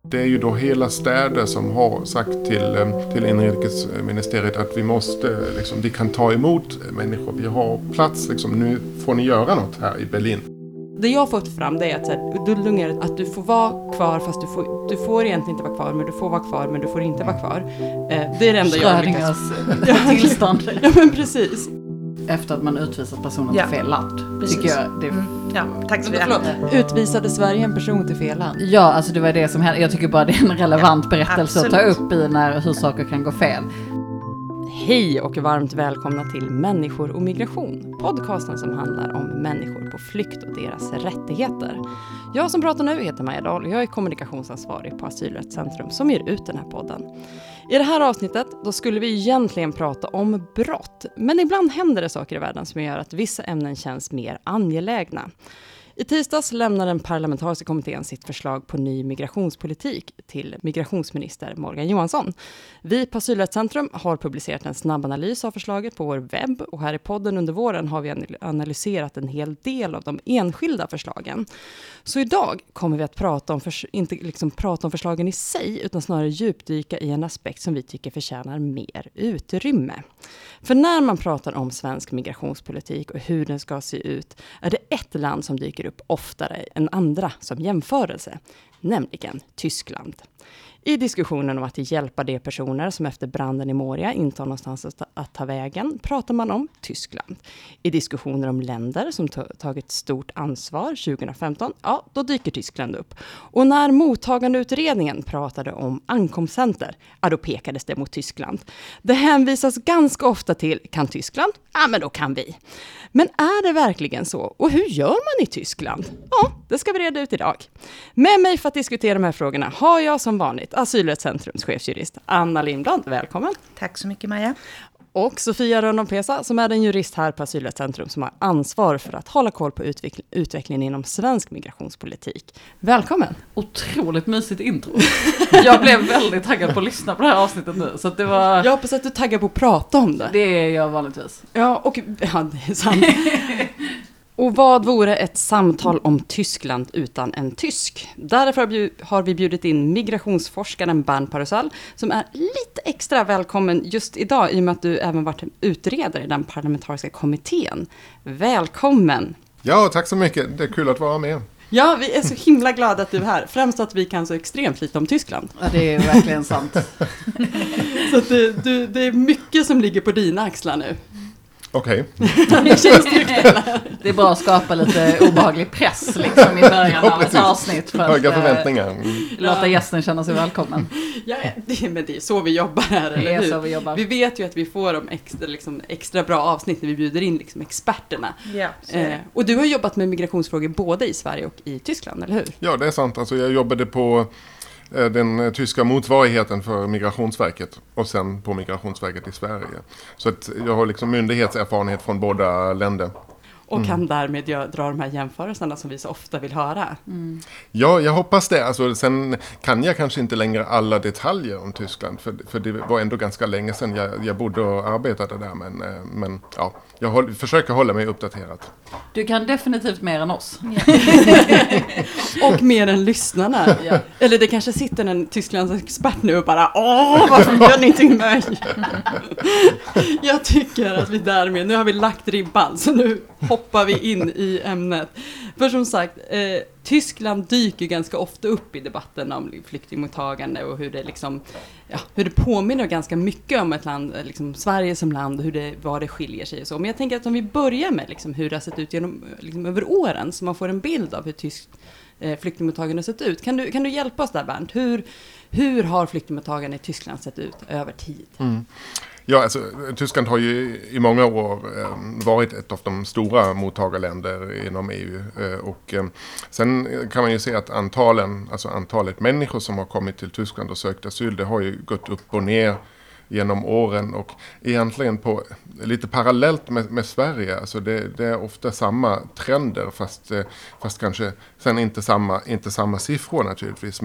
Det är ju då hela städer som har sagt till inrikesministeriet att vi måste, vi kan ta emot människor, vi har plats, nu får ni göra något här i Berlin. Det jag har fått fram det är att Dullungar, att du får vara kvar fast du får egentligen inte vara kvar, men du får vara kvar men du får inte vara kvar. Det är det enda jag lyckas. Tillstånd. Ja, men precis. Efter att man utvisat personen till fel land. Precis. Tycker jag. Det... Ja, tack så mycket. Utvisade Sverige en person till fel land? Ja, alltså det var det som hände. Jag tycker bara det är en relevant berättelse att ta upp i hur saker kan gå fel. Hej och varmt välkomna till Människor och migration. Podcasten som handlar om människor på flykt och deras rättigheter. Jag som pratar nu heter Maja Dahl och jag är kommunikationsansvarig på Asylrättscentrum som ger ut den här podden. I det här avsnittet då skulle vi egentligen prata om brott. Men ibland händer det saker i världen som gör att vissa ämnen känns mer angelägna. I tisdags lämnade den parlamentariska kommittén sitt förslag på ny migrationspolitik till migrationsminister Morgan Johansson. Vi på Asylrättscentrum har publicerat en snabbanalys av förslaget på vår webb och här i podden under våren har vi analyserat en hel del av de enskilda förslagen. Så idag kommer vi att prata om inte prata om förslagen i sig utan snarare djupdyka i en aspekt som vi tycker förtjänar mer utrymme. För när man pratar om svensk migrationspolitik och hur den ska se ut är det ett land som dyker upp oftare än andra som jämförelse, nämligen Tyskland. I diskussionen om att hjälpa de personer som efter branden i Moria inte har någonstans att ta vägen pratar man om Tyskland. I diskussioner om länder som tagit stort ansvar 2015, ja då dyker Tyskland upp. Och när mottagandeutredningen pratade om ankomstcenter, ja då pekades det mot Tyskland. Det hänvisas ganska ofta till, kan Tyskland? Ja men då kan vi. Men är det verkligen så? Och hur gör man i Tyskland? Ja, det ska vi reda ut idag. Med mig för att diskutera de här frågorna har jag som vanligt Asylrättscentrums chefsjurist Anna Lindblad. Välkommen. Tack så mycket Maja. Och Sofia Rönnholm-Pesa som är den jurist här på Asylrättscentrum som har ansvar för att hålla koll på utvecklingen inom svensk migrationspolitik. Välkommen! Otroligt mysigt intro. Jag blev väldigt taggad på att lyssna på det här avsnittet nu. Så att det var... Jag hoppas att du taggar på att prata om det. Det är jag vanligtvis. Ja, det är sant. Och vad vore ett samtal om Tyskland utan en tysk? Därför har vi bjudit in migrationsforskaren Bernd Parusal som är lite extra välkommen just idag i och med att du även varit utredare i den parlamentariska kommittén. Välkommen! Ja, tack så mycket. Det är kul att vara med. Ja, vi är så himla glada att du är här. Främst att vi kan så extremt lite om Tyskland. Ja, det är verkligen sant. Så att det är mycket som ligger på dina axlar nu. Okej. Det är bra att skapa lite obehaglig press i början av ett avsnitt. För höga förväntningar. Låta gästen känna sig välkommen. Ja, men det är så vi jobbar här, eller hur? Så vi jobbar. Vi vet ju att vi får de extra bra avsnitt när vi bjuder in experterna. Ja, och du har jobbat med migrationsfrågor både i Sverige och i Tyskland, eller hur? Ja, det är sant. Alltså, jag jobbade på den tyska motsvarigheten för Migrationsverket och sen på Migrationsverket i Sverige. Så att jag har myndighetserfarenhet från båda länder. Och kan därmed dra de här jämförelserna som vi så ofta vill höra. Mm. Ja, jag hoppas det. Alltså, sen kan jag kanske inte längre alla detaljer om Tyskland. För det var ändå ganska länge sedan jag bodde och arbetade där. Men ja, jag försöker hålla mig uppdaterad. Du kan definitivt mer än oss. Och mer än lyssnarna. Ja. Eller det kanske sitter en Tysklands expert nu och bara varför gör ni inte mig? Jag tycker att vi därmed, nu har vi lagt ribban så nu hoppar vi in i ämnet. För som sagt, Tyskland dyker ganska ofta upp i debatten om flyktingmottagande och hur det hur det påminner ganska mycket om ett land, Sverige som land och vad det skiljer sig och så. Men jag tänker att om vi börjar med hur det har sett ut över åren så man får en bild av hur tysk flyktingmottagande har sett ut. Kan du hjälpa oss där, Bernd? Hur har flyktingmottagande i Tyskland sett ut över tid? Mm. Ja, alltså Tyskland har ju i många år varit ett av de stora mottagarländer inom EU. Och sen kan man ju se att antalet människor som har kommit till Tyskland och sökt asyl, det har ju gått upp och ner genom åren och egentligen på lite parallellt med Sverige. Alltså det är ofta samma trender fast kanske sen inte samma siffror naturligtvis.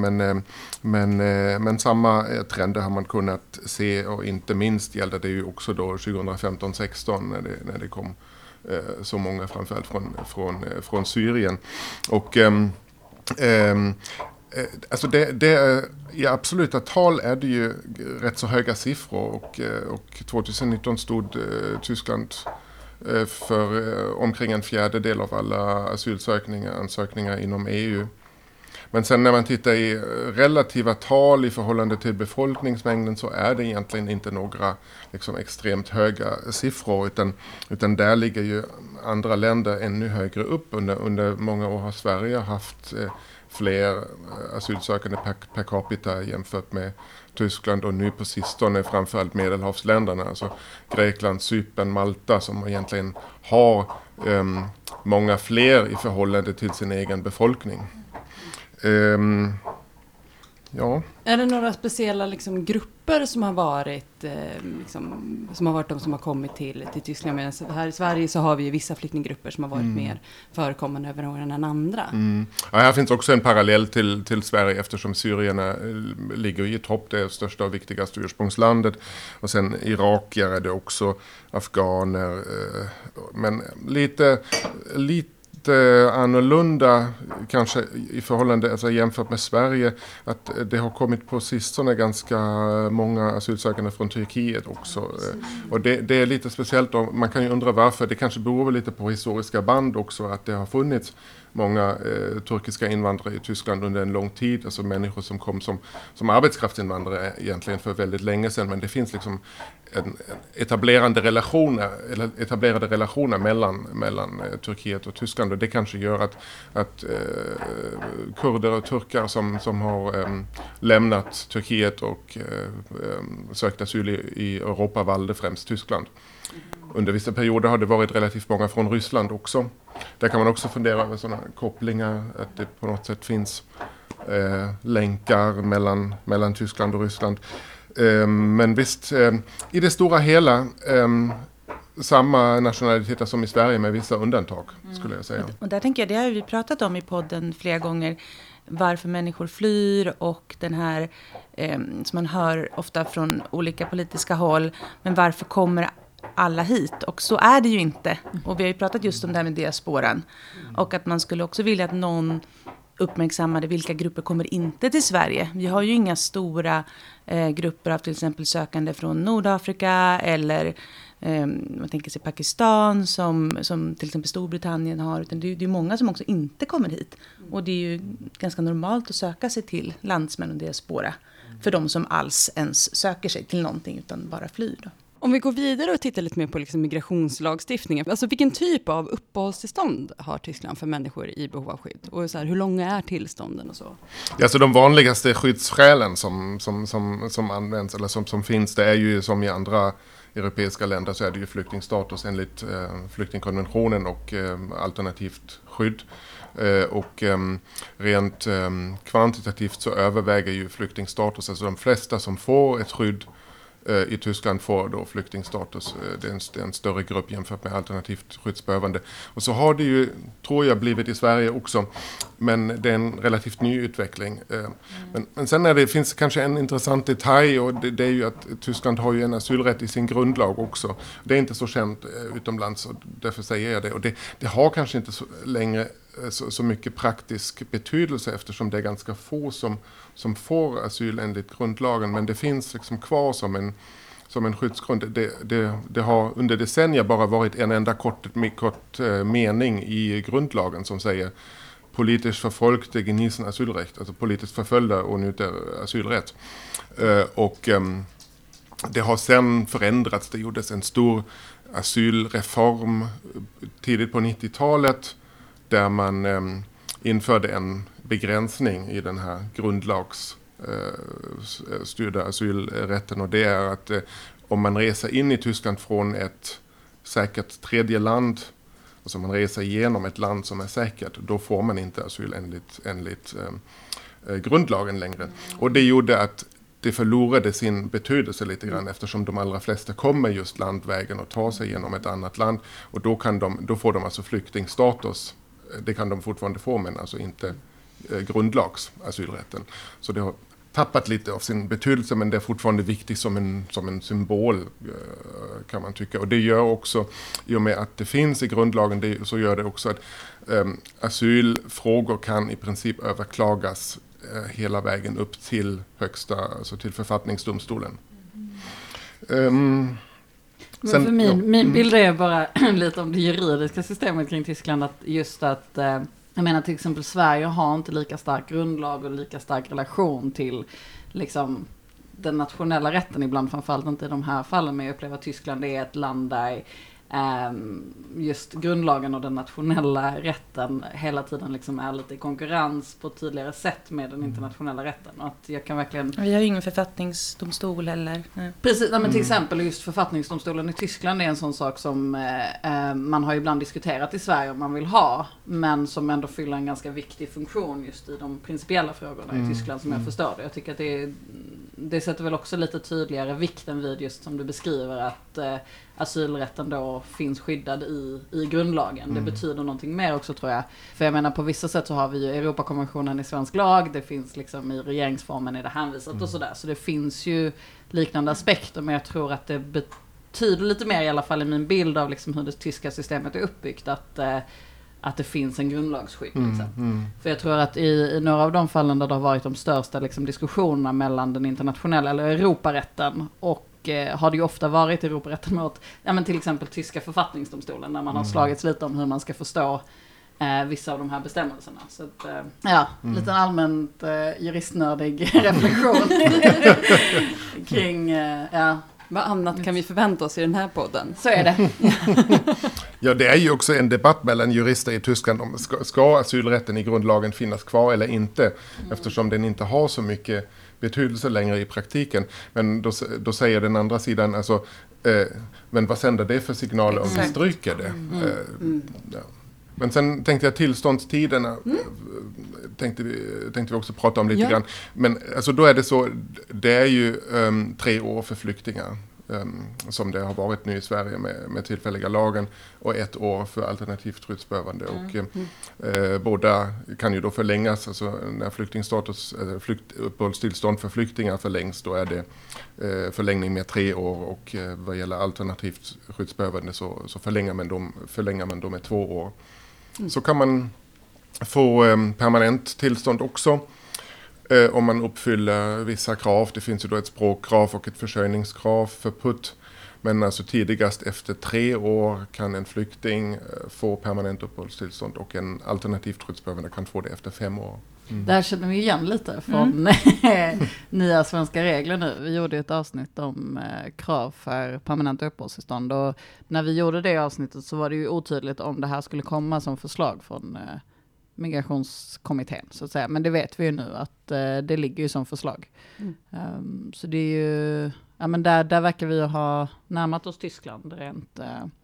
Men samma trender har man kunnat se och inte minst gällde det ju också då 2015-16 när det kom så många framförallt från Syrien. Och Alltså i absoluta tal är det ju rätt så höga siffror och 2019 stod Tyskland för omkring en fjärdedel av alla ansökningar inom EU. Men sen när man tittar i relativa tal i förhållande till befolkningsmängden så är det egentligen inte några liksom extremt höga siffror utan där ligger ju andra länder ännu högre upp. Under många år har Sverige haft fler asylsökande per capita jämfört med Tyskland och nu på sistone framförallt Medelhavsländerna, alltså Grekland, Cypern, Malta som egentligen har många fler i förhållande till sin egen befolkning. Ja. Är det några speciella liksom, grupper som har varit de som har kommit till Tyskland? Medan här i Sverige så har vi ju vissa flyktinggrupper som har varit mer förekommande över åren än andra. Ja, här finns också en parallell till Sverige eftersom syrierna ligger i topp, det är största och viktigaste ursprungslandet. Och sen irakier är det också, afghaner, men lite annorlunda kanske i förhållande, alltså jämfört med Sverige, att det har kommit på sistone ganska många asylsökande från Turkiet också. Och det är lite speciellt och man kan ju undra varför. Det kanske beror lite på historiska band också, att det har funnits många turkiska invandrare i Tyskland under en lång tid, alltså människor som kom som arbetskraftsinvandrare egentligen för väldigt länge sedan, men det finns liksom etablerade relationer mellan Turkiet och Tyskland och det kanske gör att kurder och turkar som har lämnat Turkiet och sökt asyl i Europa valde främst Tyskland. Under vissa perioder har det varit relativt många från Ryssland också. Där kan man också fundera över sådana kopplingar, att det på något sätt finns länkar mellan Tyskland och Ryssland. Men visst, i det stora hela samma nationaliteter som i Sverige med vissa undantag, skulle jag säga. Och där tänker jag, det har vi pratat om i podden flera gånger, varför människor flyr och den här som man hör ofta från olika politiska håll, men varför kommer alla hit? Och så är det ju inte. Och vi har ju pratat just om det här med diasporan. Och att man skulle också vilja att någon uppmärksammade vilka grupper kommer inte till Sverige. Vi har ju inga stora grupper av till exempel sökande från Nordafrika eller man tänker sig Pakistan som till exempel Storbritannien har. Utan det är många som också inte kommer hit. Och det är ju ganska normalt att söka sig till landsmän och diaspora för de som alls ens söker sig till någonting utan bara flyr då. Om vi går vidare och tittar lite mer på liksom migrationslagstiftningen. Alltså vilken typ av uppehållstillstånd har Tyskland för människor i behov av skydd? Och så här, hur långa är tillstånden och så? Ja, så de vanligaste skyddsskälen som används eller som finns, det är ju som i andra europeiska länder så är det ju flyktingstatus enligt flyktingkonventionen och alternativt skydd. Och rent kvantitativt så överväger ju flyktingstatus, alltså de flesta som får ett skydd i Tyskland får då flyktingstatus. Det är en större grupp jämfört med alternativt skyddsbehövande. Och så har det ju, tror jag, blivit i Sverige också. Men det är en relativt ny utveckling. Men sen finns kanske en intressant detalj och det är ju att Tyskland har ju en asylrätt i sin grundlag också. Det är inte så känt utomlands och därför säger jag det. Och det har kanske inte så längre så mycket praktisk betydelse eftersom det är ganska få som får asyl enligt grundlagen, men det finns liksom kvar som en skyddsgrund. Det har under decennier bara varit en enda kort mening i grundlagen som säger politiskt förföljda genießen asylrätt, alltså politiskt förföljda åtnjuter asylrätt. Och det har sen förändrats. Det gjordes en stor asylreform tidigt på 90-talet där man införde en begränsning i den här grundlagsstyrda asylrätten. Och det är att om man reser in i Tyskland från ett säkert tredje land, alltså man reser igenom ett land som är säkert, då får man inte asyl enligt grundlagen längre. Och det gjorde att det förlorade sin betydelse lite grann eftersom de allra flesta kommer just landvägen och tar sig genom ett annat land. Och då får de alltså flyktingstatus. Det kan de fortfarande få, men alltså inte grundlagsasylrätten. Så det har tappat lite av sin betydelse, men det är fortfarande viktigt som en symbol, kan man tycka. Och det gör också, i och med att det finns i grundlagen, så gör det också att asylfrågor kan i princip överklagas hela vägen upp till alltså till författningsdomstolen. Men för min bild är bara lite om det juridiska systemet kring Tyskland, att just att jag menar till exempel Sverige har inte lika stark grundlag och lika stark relation till liksom den nationella rätten ibland, framförallt inte i de här fallen, men jag upplever att Tyskland är ett land där just grundlagen och den nationella rätten hela tiden liksom är lite i konkurrens på ett tydligare sätt med den internationella rätten. Och att jag kan verkligen... Vi har ju ingen författningsdomstol heller. Precis, men till exempel just författningsdomstolen i Tyskland är en sån sak som man har ibland diskuterat i Sverige om man vill ha, men som ändå fyller en ganska viktig funktion just i de principiella frågorna i Tyskland, som jag förstår det. Jag tycker att det sätter väl också lite tydligare vikten vid just som du beskriver, att asylrätten då finns skyddad i grundlagen. Det betyder någonting mer också, tror jag. För jag menar, på vissa sätt så har vi ju Europakonventionen i svensk lag, det finns liksom i regeringsformen är det hänvisat och sådär. Så det finns ju liknande aspekter, men jag tror att det betyder lite mer, i alla fall i min bild av liksom hur det tyska systemet är uppbyggt, att det finns en grundlagsskydd. Liksom. För jag tror att i några av de fallen där det har varit de största liksom, diskussionerna mellan den internationella eller Europarätten och har det ju ofta varit Europarätten mot till exempel tyska författningsdomstolen, där man har slagits lite om hur man ska förstå vissa av de här bestämmelserna. Så att, lite allmänt juristnördig reflektion kring vad annat kan vi förvänta oss i den här podden? Så är det. Ja, det är ju också en debatt mellan jurister i Tyskland om ska asylrätten i grundlagen finnas kvar eller inte, eftersom den inte har så mycket betydelse längre i praktiken. Men då säger den andra sidan, alltså, men vad sänder det för signaler om vi stryker det? Ja. Men sen tänkte jag tillståndstiderna, tänkte vi också prata om lite grann. Men alltså, då är det så, det är ju 3 år för flyktingar. Som det har varit nu i Sverige med tillfälliga lagen, och 1 år för alternativt skyddsbehövande. Och båda kan ju då förlängas, alltså när flyktingstatus, uppehållstillstånd för flyktingar förlängs, då är det förlängning med 3 år, och vad gäller alternativt skyddsbehövande så förlänger man då med 2 år. Så kan man få permanent tillstånd också, om man uppfyller vissa krav. Det finns ju då ett språkkrav och ett försörjningskrav för PUT. Men alltså tidigast efter 3 år kan en flykting få permanent uppehållstillstånd, och en alternativt skyddsbehövande kan få det efter 5 år. Där känner vi igen lite från nya svenska regler nu. Vi gjorde ett avsnitt om krav för permanent uppehållstillstånd, och när vi gjorde det avsnittet så var det ju otydligt om det här skulle komma som förslag från migrationskommittén, så att säga. Men det vet vi ju nu att det ligger ju som förslag. Så det är ju, men där verkar vi ha närmat oss Tyskland rent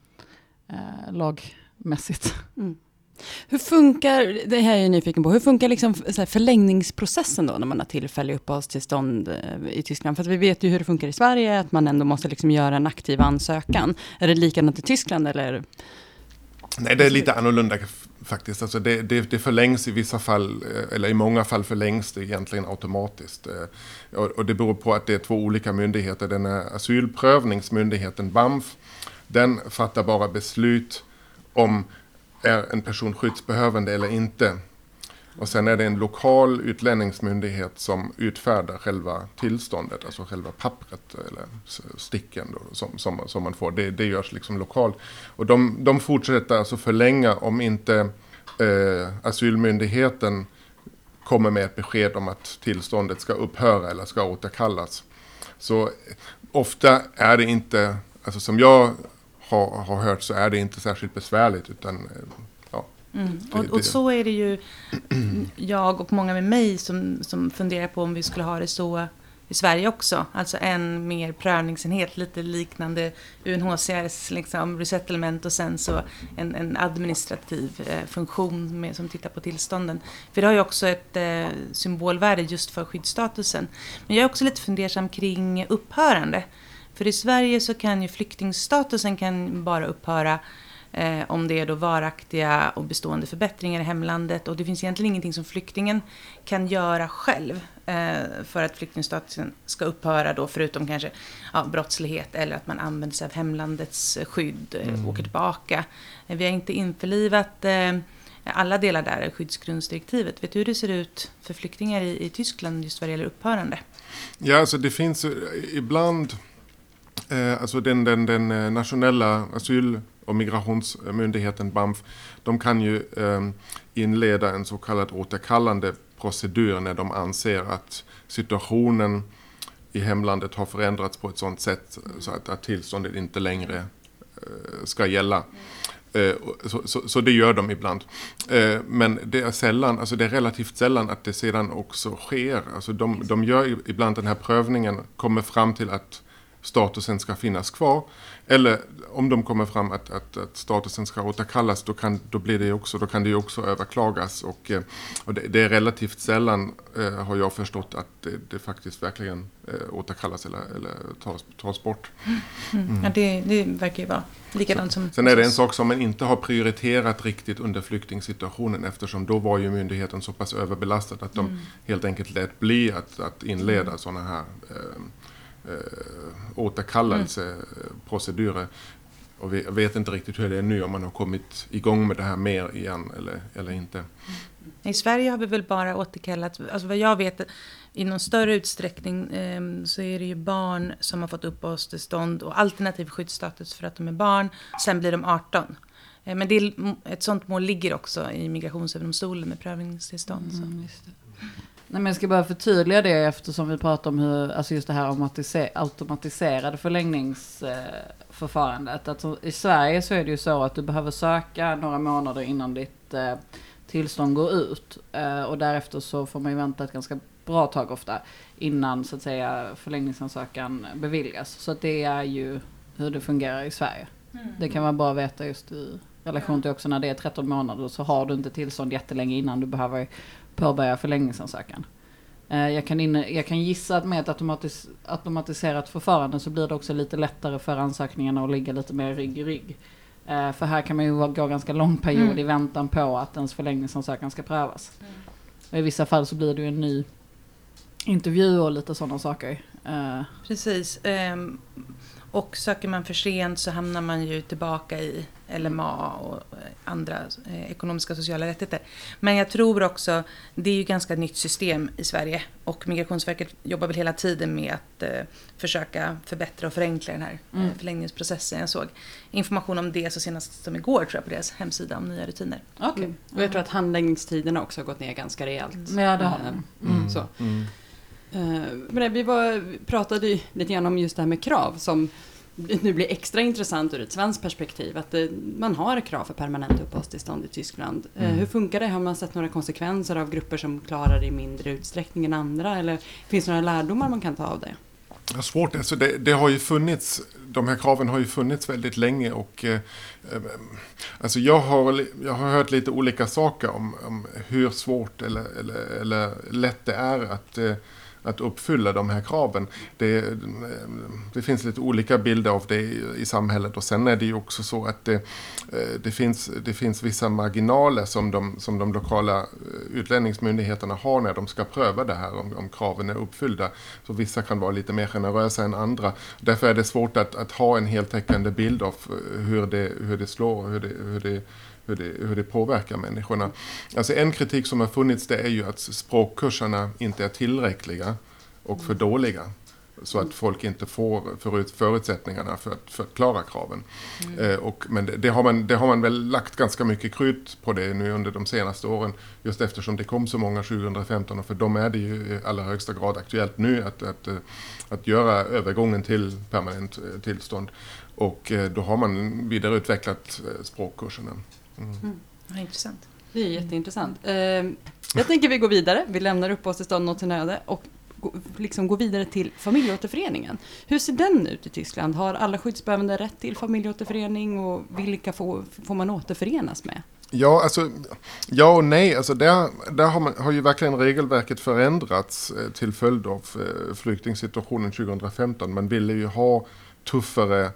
lagmässigt. Hur funkar, det här är jag nyfiken på, hur funkar liksom förlängningsprocessen då när man har tillfällig uppehållstillstånd i Tyskland? För att vi vet ju hur det funkar i Sverige, att man ändå måste liksom göra en aktiv ansökan. Är det likadant i Tyskland eller? Nej, det är lite annorlunda faktiskt. Alltså det förlängs i vissa fall, eller i många fall förlängs det egentligen automatiskt. Och det beror på att det är 2 olika myndigheter. Den är asylprövningsmyndigheten BAMF. Den fattar bara beslut om är en person skyddsbehövande eller inte. Och sen är det en lokal utlänningsmyndighet som utfärdar själva tillståndet, alltså själva pappret eller sticken då, som man får. Det görs liksom lokalt. Och de fortsätter alltså förlänga om inte asylmyndigheten kommer med ett besked om att tillståndet ska upphöra eller ska återkallas. Så ofta är det inte, alltså som jag har hört, så är det inte särskilt besvärligt, utan och så är det ju jag och många med mig som funderar på om vi skulle ha det så i Sverige också. Alltså en mer prövningsenhet, lite liknande UNHCRs liksom resettlement, och sen så en administrativ funktion som tittar på tillstånden. För det har ju också ett symbolvärde just för skyddsstatusen. Men jag är också lite fundersam kring upphörande. För i Sverige så kan ju flyktingstatusen kan bara upphöra om det är då varaktiga och bestående förbättringar i hemlandet. Och det finns egentligen ingenting som flyktingen kan göra själv för att flyktingstatusen ska upphöra då, förutom kanske brottslighet eller att man använder sig av hemlandets skydd, åker tillbaka. Vi har inte införlivat alla delar där i skyddsgrundsdirektivet. Vet du hur det ser ut för flyktingar i Tyskland just vad det gäller upphörande? Ja, alltså det finns ibland, alltså den nationella asyl- och migrationsmyndigheten BAMF, de kan ju inleda en så kallad återkallande procedur när de anser att situationen i hemlandet har förändrats på ett sådant sätt så att tillståndet inte längre ska gälla. Så det gör de ibland. Men det är sällan, alltså det är relativt sällan att det sedan också sker. Alltså de gör ibland den här prövningen, kommer fram till att statusen ska finnas kvar. Eller om de kommer fram att statusen ska återkallas, då kan det ju också överklagas. Och det är relativt sällan, har jag förstått, att det faktiskt verkligen återkallas eller tas bort. Ja, det verkar ju vara likadant som... Sen är det en sak som man inte har prioriterat riktigt under flyktingsituationen, eftersom då var ju myndigheten så pass överbelastad att de helt enkelt lät bli att inleda sådana här återkallelseprocedurer. Och vi vet inte riktigt hur det är nu, om man har kommit igång med det här mer igen eller inte. I Sverige har vi väl bara återkallat, alltså vad jag vet, i någon större utsträckning så är det ju barn som har fått uppehållstillstånd och alternativ skyddsstatus för att de är barn. Sen blir de 18. Men ett sånt mål ligger också i Migrationsöverdomstolen med prövningstillstånd. Just det. Nej, men jag ska bara förtydliga det, eftersom vi pratar om hur, alltså just det här automatiserade förlängningsförfarandet. Alltså, i Sverige så är det ju så att du behöver söka några månader innan ditt tillstånd går ut. Och därefter så får man ju vänta ett ganska bra tag ofta innan, så att säga, förlängningsansökan beviljas. Så att det är ju hur det fungerar i Sverige. Det kan vara bra att veta just i relation till också när det är 13 månader, så har du inte tillstånd jättelänge innan du behöver påbörja förlängningsansökan. Jag kan gissa att med ett automatiserat förfarande så blir det också lite lättare för ansökningarna att ligga lite mer rygg i rygg. För här kan man ju gå ganska lång period i väntan på att ens förlängningsansökan ska prövas. Och i vissa fall så blir det ju en ny intervju och lite sådana saker. Precis. Och söker man för sent så hamnar man ju tillbaka i LMA och andra ekonomiska och sociala rättigheter. Men jag tror också, det är ju ganska nytt system i Sverige och Migrationsverket jobbar väl hela tiden med att försöka förbättra och förenkla den här förlängningsprocessen. Jag såg information om det så senast som igår, tror jag, på deras hemsida om nya rutiner. Okay. Och jag tror att handläggningstiderna också har gått ner ganska rejält. Ja, det har så. Men vi pratade ju lite grann om just det här med krav som nu blir extra intressant ur ett svenskt perspektiv. Att man har krav för permanent uppehållstillstånd i Tyskland. Hur funkar det? Har man sett några konsekvenser av grupper som klarar det i mindre utsträckning än andra? Eller finns det några lärdomar man kan ta av det? Ja, svårt. Alltså det har ju funnits, de här kraven har ju funnits väldigt länge och alltså jag har hört lite olika saker om hur svårt eller lätt det är att uppfylla de här kraven. Det finns lite olika bilder av det i samhället, och sen är det ju också så att det finns vissa marginaler som de lokala utlänningsmyndigheterna har när de ska pröva det här, om kraven är uppfyllda. Så vissa kan vara lite mer generösa än andra. Därför är det svårt att ha en heltäckande bild av hur det slår och hur det påverkar människorna. Alltså en kritik som har funnits, det är ju att språkkurserna inte är tillräckliga och för dåliga. Så att folk inte får förutsättningarna för att klara kraven. Men det har man väl lagt ganska mycket krut på det nu under de senaste åren. Just eftersom det kom så många 2015. Och för dem är det ju i allra högsta grad aktuellt nu att göra övergången till permanent tillstånd. Och då har man vidareutvecklat språkkurserna. Ja, intressant. Det är jätteintressant. Jag tänker vi går vidare. Vi lämnar uppehållstillstånd till nöde och liksom går vidare till familjeåterföreningen. Hur ser den ut i Tyskland? Har alla skyddsbehövande rätt till familjeåterförening och vilka får man återförenas med? Ja, alltså, ja och nej. Alltså där har ju verkligen regelverket förändrats till följd av flyktingsituationen 2015. Man ville ju ha tuffare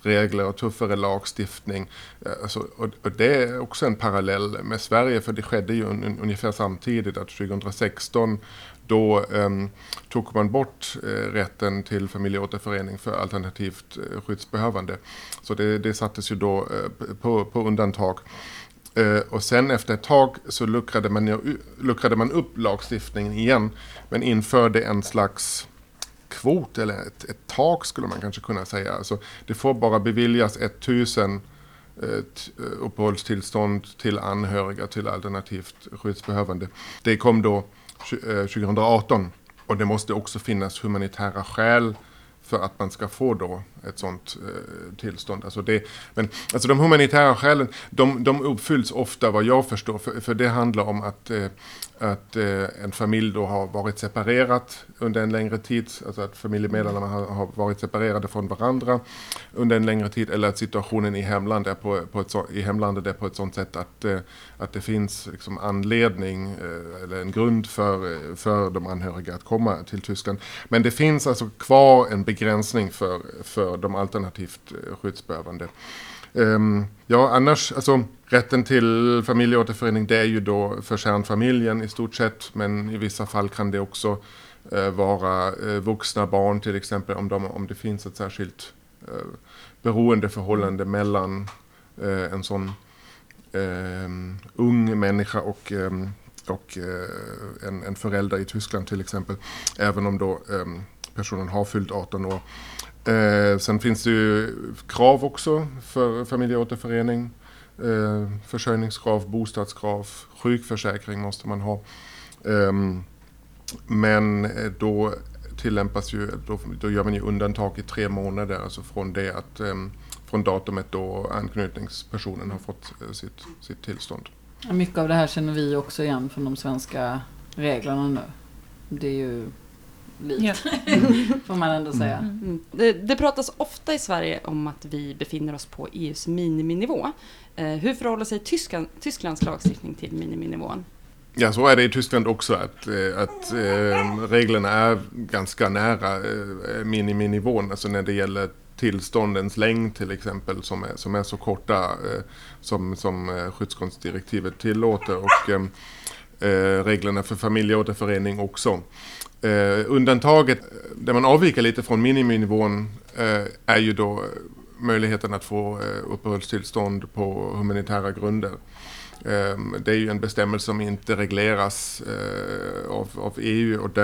regler och tuffare lagstiftning. Alltså, och det är också en parallell med Sverige, för det skedde ju ungefär samtidigt, att 2016 då tog man bort rätten till familjeåterförening för alternativt skyddsbehövande. Så det sattes ju då på undantag. Och sen efter ett tag så luckrade man upp lagstiftningen igen, men införde en slags kvot eller ett tak skulle man kanske kunna säga. Alltså, det får bara beviljas 1000 uppehållstillstånd till anhöriga till alternativt skyddsbehövande. Det kom då 2018, och det måste också finnas humanitära skäl för att man ska få då ett sånt tillstånd. Alltså de humanitära skälen, de uppfylls ofta vad jag förstår, för det handlar om att en familj då har varit separerat under en längre tid, alltså att familjemedlemmarna har varit separerade från varandra under en längre tid, eller att situationen i hemlandet är på ett sånt sätt att det finns liksom anledning eller en grund för de anhöriga att komma till Tyskland. Men det finns alltså kvar en begränsning för de alternativt skyddsbehövande. Annars, alltså rätten till familjeåterförening, det är ju då för kärnfamiljen i stort sett, men i vissa fall kan det också vara vuxna barn, till exempel om det finns ett särskilt beroendeförhållande mellan en sån ung människa och en förälder i Tyskland till exempel, även om då personen har fyllt 18 år. Sen finns det ju krav också för familjeåterförening. Försörjningskrav, bostadskrav, sjukförsäkring måste man ha. Men då tillämpas ju, då gör man ju undantag i 3 månader, alltså från datumet då anknytningspersonen har fått sitt tillstånd. Mycket av det här känner vi också igen från de svenska reglerna nu. Det är ju lite, får man ändå säga. Det pratas ofta i Sverige om att vi befinner oss på EUs miniminivå. Hur förhåller sig Tysklands lagstiftning till miniminivån? Ja, så är det i Tyskland också, att reglerna är ganska nära miniminivån, alltså när det gäller tillståndens längd till exempel, som är så korta som skyddskonstdirektivet tillåter, och reglerna för familjeåterförening också. Undantaget där man avviker lite från miniminivån är ju då möjligheten att få uppehållstillstånd på humanitära grunder. Det är ju en bestämmelse som inte regleras av EU, och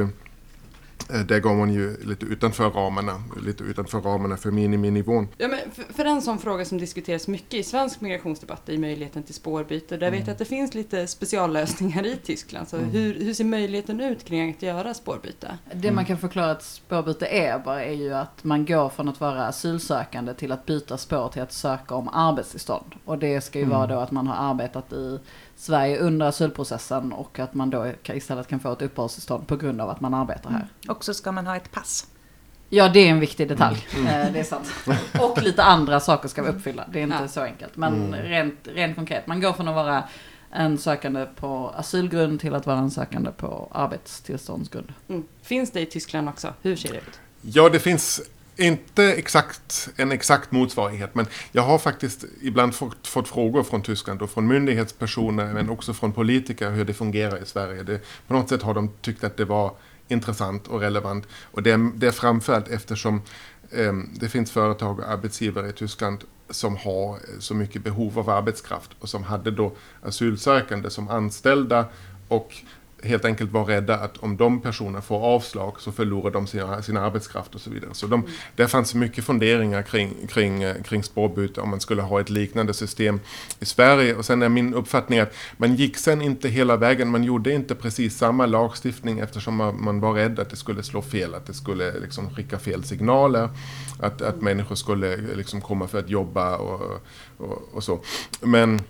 där går man ju lite utanför ramarna för miniminivån. Ja, men för en sån fråga som diskuteras mycket i svensk migrationsdebatt är möjligheten till spårbyte. Där vet jag att det finns lite speciallösningar i Tyskland. Så hur ser möjligheten ut kring att göra spårbyte? Det man kan förklara att spårbyte är ju att man går från att vara asylsökande till att byta spår till att söka om arbetstillstånd. Och det ska ju vara då att man har arbetat i Sverige under asylprocessen, och att man då istället kan få ett uppehållstillstånd på grund av att man arbetar här. Och så ska man ha ett pass. Ja, det är en viktig detalj. Det är sant. Och lite andra saker ska vi uppfylla. Det är inte så enkelt. Men rent konkret, man går från att vara en sökande på asylgrund till att vara en sökande på arbetstillståndsgrund. Finns det i Tyskland också? Hur ser det ut? Ja, det finns inte en exakt motsvarighet, men jag har faktiskt ibland fått frågor från Tyskland och från myndighetspersoner, men också från politiker, hur det fungerar i Sverige. På något sätt har de tyckt att det var intressant och relevant, och det är framförallt eftersom det finns företag och arbetsgivare i Tyskland som har så mycket behov av arbetskraft, och som hade då asylsökande som anställda, och helt enkelt var rädda att om de personer får avslag så förlorar de sin arbetskraft och så vidare. Så det fanns mycket funderingar kring spårbyte, om man skulle ha ett liknande system i Sverige. Och sen är min uppfattning att man gick sen inte hela vägen. Man gjorde inte precis samma lagstiftning, eftersom man var rädd att det skulle slå fel, att det skulle liksom skicka fel signaler, att människor skulle liksom komma för att jobba och så. Men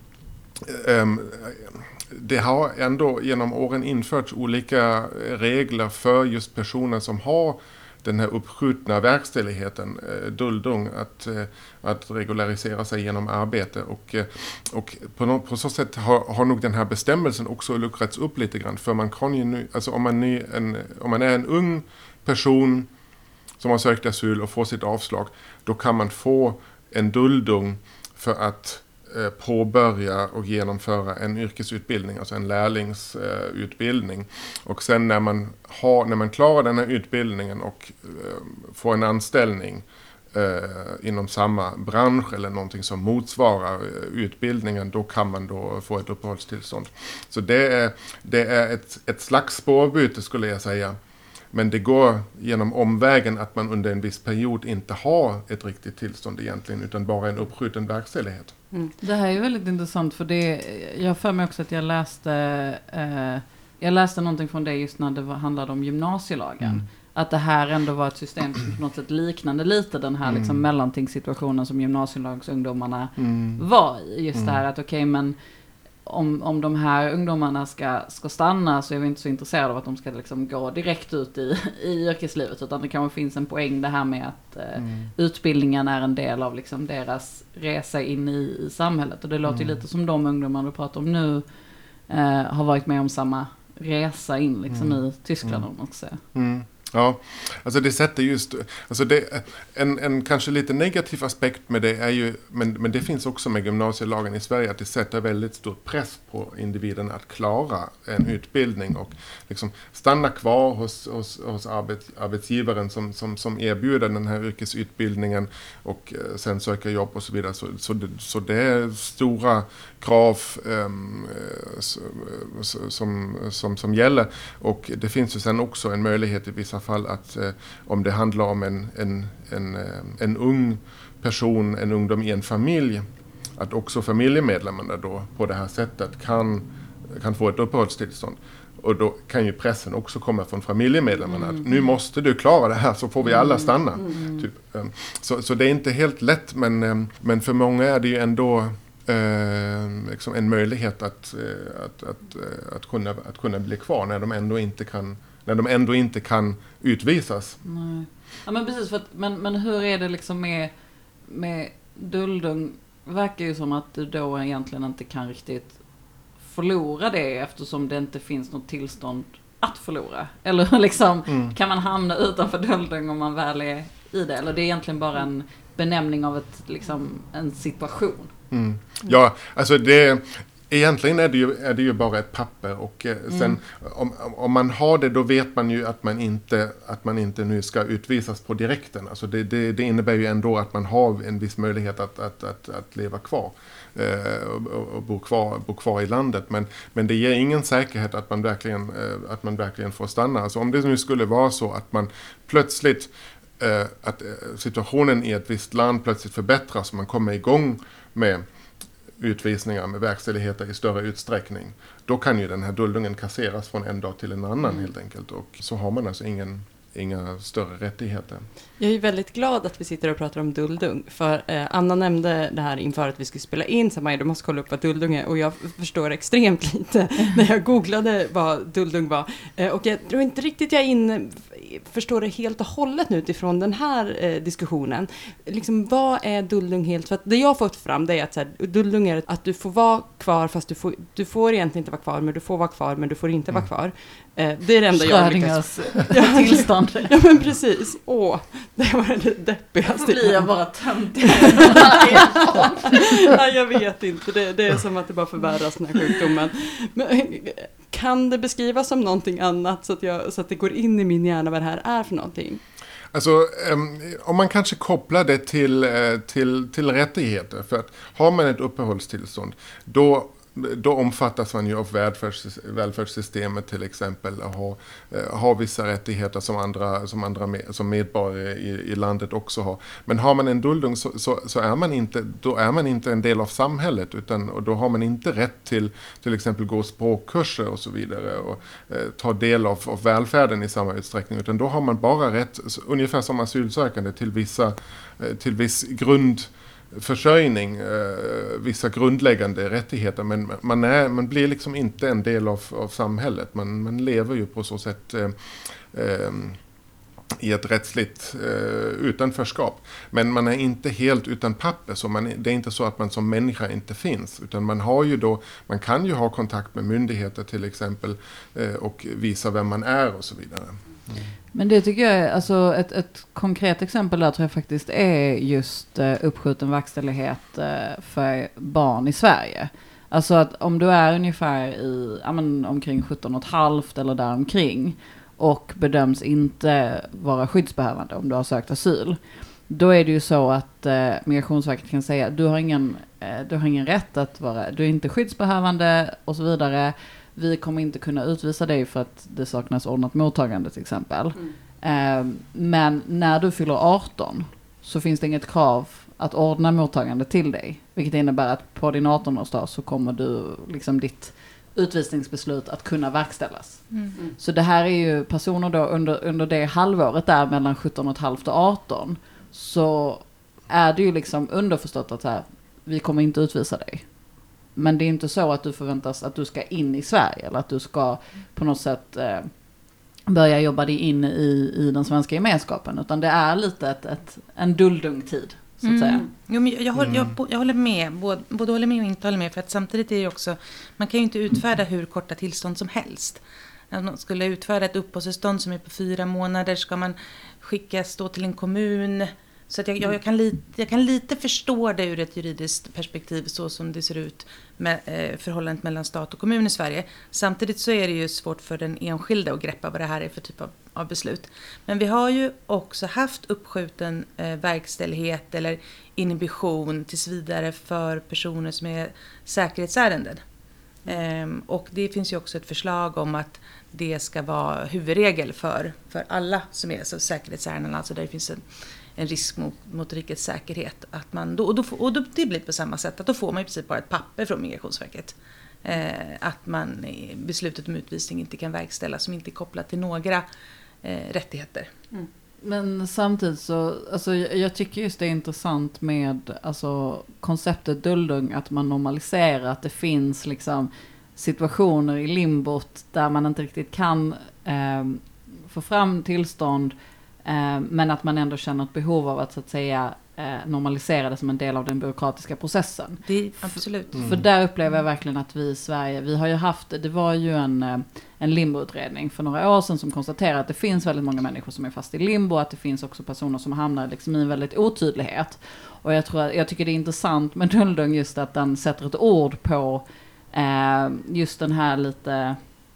det har ändå genom åren införts olika regler för just personer som har den här uppskjutna verkställigheten, duldung, att regularisera sig genom arbete. Och på så sätt har nog den här bestämmelsen också luckrats upp lite grann. För man kan ju nu, alltså om man är en ung person som har sökt asyl och får sitt avslag, då kan man få en duldung för att påbörja och genomföra en yrkesutbildning, alltså en lärlingsutbildning. Och sen när man klarar den här utbildningen och får en anställning inom samma bransch eller någonting som motsvarar utbildningen, då kan man då få ett uppehållstillstånd. Så det är ett slags spårbyte, skulle jag säga. Men det går genom omvägen att man under en viss period inte har ett riktigt tillstånd egentligen, utan bara en uppskjuten verkställighet. Det här är väldigt intressant, för jag för mig också att jag läste någonting från det just när det handlade om gymnasielagen. Att det här ändå var ett system som på något sätt liknande lite den här liksom mellantingssituationen som gymnasielagsungdomarna var i. Just det här att okej, men om de här ungdomarna ska stanna, så är vi inte så intresserade av att de ska liksom gå direkt ut i yrkeslivet, utan det kanske finns en poäng det här med att utbildningen är en del av liksom deras resa in i samhället. Och det låter ju lite som de ungdomar du pratar om nu har varit med om samma resa in liksom i Tyskland, om man ska säga. Ja, alltså det sätter just, alltså en kanske lite negativ aspekt med det är ju, men det finns också med gymnasielagen i Sverige, att det sätter väldigt stor press på individen att klara en utbildning och liksom stanna kvar hos arbetsgivaren som erbjuder den här yrkesutbildningen och sen söka jobb och så vidare. Så det är stora krav som gäller, och det finns ju sen också en möjlighet i vissa fall att om det handlar om en ung person, en ungdom i en familj, att också familjemedlemmarna då på det här sättet kan få ett uppehållstillstånd. Och då kan ju pressen också komma från familjemedlemmarna att nu måste du klara det här, så får vi alla stanna. Typ. Så det är inte helt lätt, men för många är det ju ändå liksom en möjlighet att kunna bli kvar när de ändå inte kan utvisas. Nej. Ja, men precis, men hur är det liksom med duldung? Verkar ju som att du då egentligen inte kan riktigt förlora det, eftersom det inte finns något tillstånd att förlora. Eller liksom, kan man hamna utanför duldung om man väl är i det? Eller det är egentligen bara en benämning av en situation? Ja, alltså egentligen är det ju bara ett papper, och sen om man har det, då vet man ju att man inte nu ska utvisas på direkten. Alltså det innebär ju ändå att man har en viss möjlighet att leva kvar och bo kvar i landet, men det ger ingen säkerhet att man verkligen får stanna. Alltså om det nu skulle vara så att man plötsligt att situationen i ett visst land plötsligt förbättras och man kommer igång med utvisningar, med verkställigheter i större utsträckning, då kan ju den här duldungen kasseras från en dag till en annan helt enkelt, och så har man alltså inga större rättigheter. Jag är väldigt glad att vi sitter och pratar om duldung, för Anna nämnde det här inför att vi skulle spela in, så du måste kolla upp vad duldung är, och jag förstår extremt lite när jag googlade vad duldung var, och jag tror inte riktigt jag förstår det helt och hållet nu utifrån den här diskussionen. Liksom, vad är duldung helt? För att det jag har fått fram, det är att duldung är att du får vara kvar, fast du får egentligen inte vara kvar, men du får vara kvar, men du får inte vara kvar. Det är det enda jag lyckas. Tillstånd. Ja, men precis. Det var det deppigaste. Då blir jag bara töntig. Nej, jag vet inte. Det är som att det bara förvärras, den här sjukdomen. Men, kan det beskrivas som någonting annat så att det går in i min hjärna vad det här är för någonting? Alltså, om man kanske kopplar det till rättigheter, för att har man ett uppehållstillstånd, då omfattas man ju av välfärdssystemet till exempel, och har vissa rättigheter som medborgare i landet också har. Men har man en duldung så är man inte en del av samhället, och då har man inte rätt till exempel gå språkkurser och så vidare och ta del av välfärden i samma utsträckning, utan då har man bara rätt, ungefär som asylsökande, till viss grundförsörjning, vissa grundläggande rättigheter, men man blir liksom inte en del av samhället. Man lever ju på så sätt i ett rättsligt utanförskap. Men man är inte helt utan papper, så det är inte så att man som människa inte finns, utan man kan ju ha kontakt med myndigheter till exempel och visa vem man är och så vidare. Men det tycker jag är, alltså ett konkret exempel där tror jag faktiskt är just uppskjuten verkställighet för barn i Sverige. Alltså att om du är ungefär omkring 17,5 eller däromkring och bedöms inte vara skyddsbehövande om du har sökt asyl, då är det ju så att Migrationsverket kan säga att du har ingen rätt att vara, du är inte skyddsbehövande och så vidare. Vi kommer inte kunna utvisa dig för att det saknas ordnat mottagande till exempel. Men när du fyller 18 så finns det inget krav att ordna mottagande till dig. Vilket innebär att på din 18-årsdag så kommer du liksom ditt utvisningsbeslut att kunna verkställas. Så det här är ju personer då under det halvåret där mellan 17,5 och 18 så är det ju liksom underförstått att så här, vi kommer inte utvisa dig. Men det är inte så att du förväntas att du ska in i Sverige eller att du ska på något sätt börja jobba dig in i den svenska gemenskapen, utan det är lite en duldungtid så att säga. Jo, men jag håller med, både håller med och inte håller med, för att samtidigt är det också, man kan ju inte utfärda hur korta tillstånd som helst. När man skulle utfärda ett uppehållstillstånd som är på 4 månader ska man skickas då till en kommun. Så att jag kan lite förstå det ur ett juridiskt perspektiv så som det ser ut med förhållandet mellan stat och kommun i Sverige. Samtidigt så är det ju svårt för den enskilda att greppa vad det här är för typ av beslut. Men vi har ju också haft uppskjuten verkställighet eller inhibition tills vidare för personer som är säkerhetsärenden. Och det finns ju också ett förslag om att det ska vara huvudregel för alla som är så säkerhetsärenden, alltså där det finns en risk mot rikets säkerhet. Att man, det blir på samma sätt att då får man i princip bara ett papper från Migrationsverket. Att beslutet om utvisning inte kan verkställas som inte är kopplat till några rättigheter. Men samtidigt så, alltså jag tycker just det är intressant med alltså, konceptet duldung, att man normaliserar att det finns liksom situationer i limbot där man inte riktigt kan få fram tillstånd, men att man ändå känner ett behov av att så att säga normalisera det som en del av den byråkratiska processen. Det, absolut. För där upplever jag verkligen att vi i Sverige, vi har ju haft, det var ju en limboutredning för några år sedan som konstaterade att det finns väldigt många människor som är fast i limbo, att det finns också personer som hamnar liksom i en väldigt otydlighet. Och jag tycker det är intressant med duldung just att den sätter ett ord på just den här lite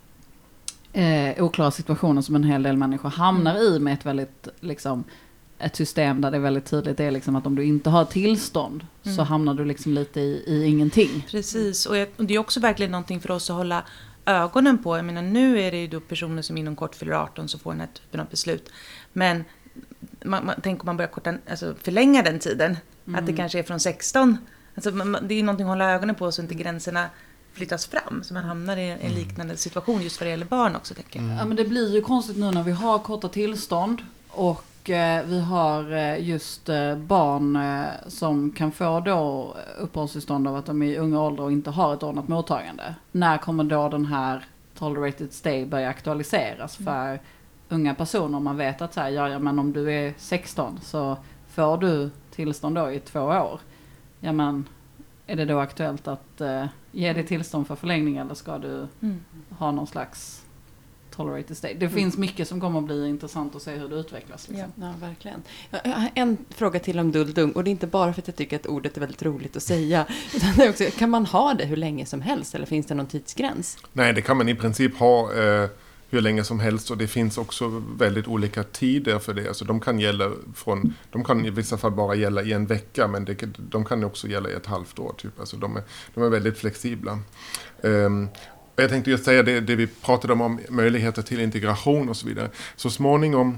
oklara situationen som en hel del människor hamnar i med ett väldigt liksom ett system där det är väldigt tydligt är liksom att om du inte har tillstånd så hamnar du liksom lite i ingenting. Precis, och det är också verkligen någonting för oss att hålla ögonen på. Jag menar, nu är det ju då personer som inom kort fyller 18 så får den här typen av beslut. Men tänk om man börjar förlänga den tiden. Att det kanske är från 16. Alltså, det är någonting att hålla ögonen på så inte gränserna flyttas fram. Så man hamnar i en liknande situation just vad det gäller barn också, tänker jag. Ja, men det blir ju konstigt nu när vi har korta tillstånd och vi har just barn som kan få då uppehållstillstånd av att de är i unga ålder och inte har ett ordnat mottagande. När kommer då den här tolerated stay börja aktualiseras för unga personer? Man vet att så här, ja, men om du är 16 så får du tillstånd då i 2 år. Ja, men är det då aktuellt att ge dig tillstånd för förlängning eller ska du ha någon slags tolerated stay? Det finns mycket som kommer att bli intressant att se hur det utvecklas. Liksom. Ja, verkligen. Jag har en fråga till om duldung, och det är inte bara för att jag tycker att ordet är väldigt roligt att säga, utan det är också, kan man ha det hur länge som helst eller finns det någon tidsgräns? Nej, det kan man i princip ha hur länge som helst, och det finns också väldigt olika tider för det. Alltså de kan i vissa fall bara gälla i en vecka, men de kan också gälla i ett halvt år typ. Alltså de är väldigt flexibla. Jag tänkte just säga det vi pratade om möjligheter till integration och så vidare. Så småningom,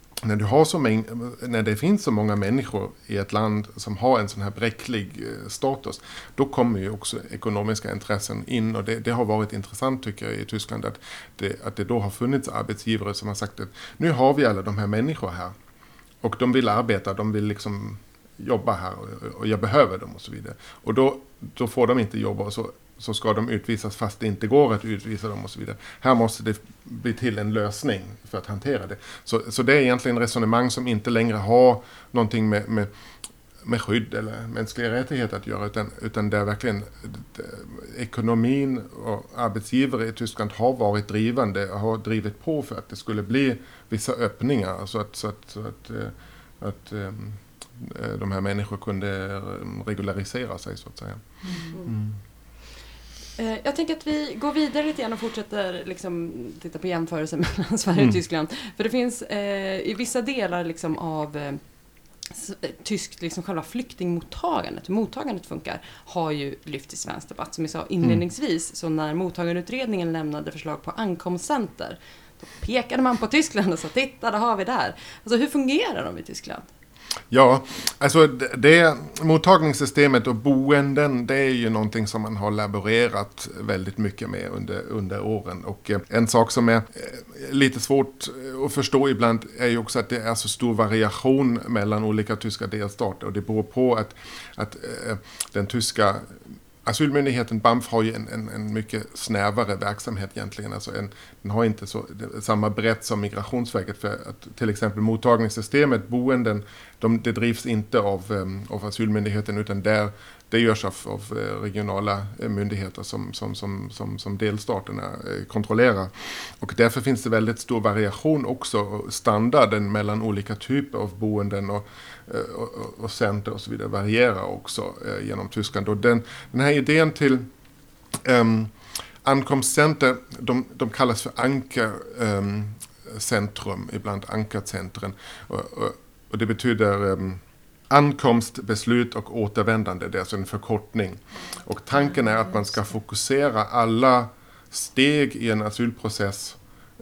när det finns så många människor i ett land som har en sån här bräcklig status, då kommer ju också ekonomiska intressen in, och det har varit intressant tycker jag i Tyskland att det då har funnits arbetsgivare som har sagt att nu har vi alla de här människor här och de vill arbeta, de vill liksom jobba här och jag behöver dem och så vidare. Och då får de inte jobba och så ska de utvisas fast det inte går att utvisa dem och så vidare. Här måste det bli till en lösning för att hantera det. Så det är egentligen resonemang som inte längre har någonting med skydd eller mänskliga rättigheter att göra, utan där verkligen ekonomin och arbetsgivare i Tyskland har varit drivande och har drivit på för att det skulle bli vissa öppningar så att de här människor kunde regularisera sig så att säga. Jag tänker att vi går vidare lite grann och fortsätter liksom titta på jämförelser mellan Sverige och Tyskland. För det finns i vissa delar liksom av tyskt liksom själva flyktingmottagandet, hur mottagandet funkar, har ju lyft i svensk debatt. Som vi sa inledningsvis, så när mottagandeutredningen lämnade förslag på ankomstcenter, då pekade man på Tyskland och sa, titta, det har vi där. Alltså hur fungerar de i Tyskland? Ja, alltså det mottagningssystemet och boenden, det är ju någonting som man har laborerat väldigt mycket med under åren. Och en sak som är lite svårt att förstå ibland är ju också att det är så stor variation mellan olika tyska delstater. Och det beror på att den tyska asylmyndigheten BAMF har ju en mycket snävare verksamhet egentligen. Alltså den har inte samma brett som Migrationsverket, för att till exempel mottagningssystemet, boenden, det drivs inte av asylmyndigheten, utan det görs av regionala myndigheter som delstaterna kontrollerar. Och därför finns det väldigt stor variation också, standarden mellan olika typer av boenden och center och så vidare varierar också genom Tyskland. Och den här idén till ankomstcenter, de kallas för ankarcentrum, ibland ankarcentren. Och det betyder ankomst, beslut och återvändande. Det är alltså en förkortning. Och tanken är att man ska fokusera alla steg i en asylprocess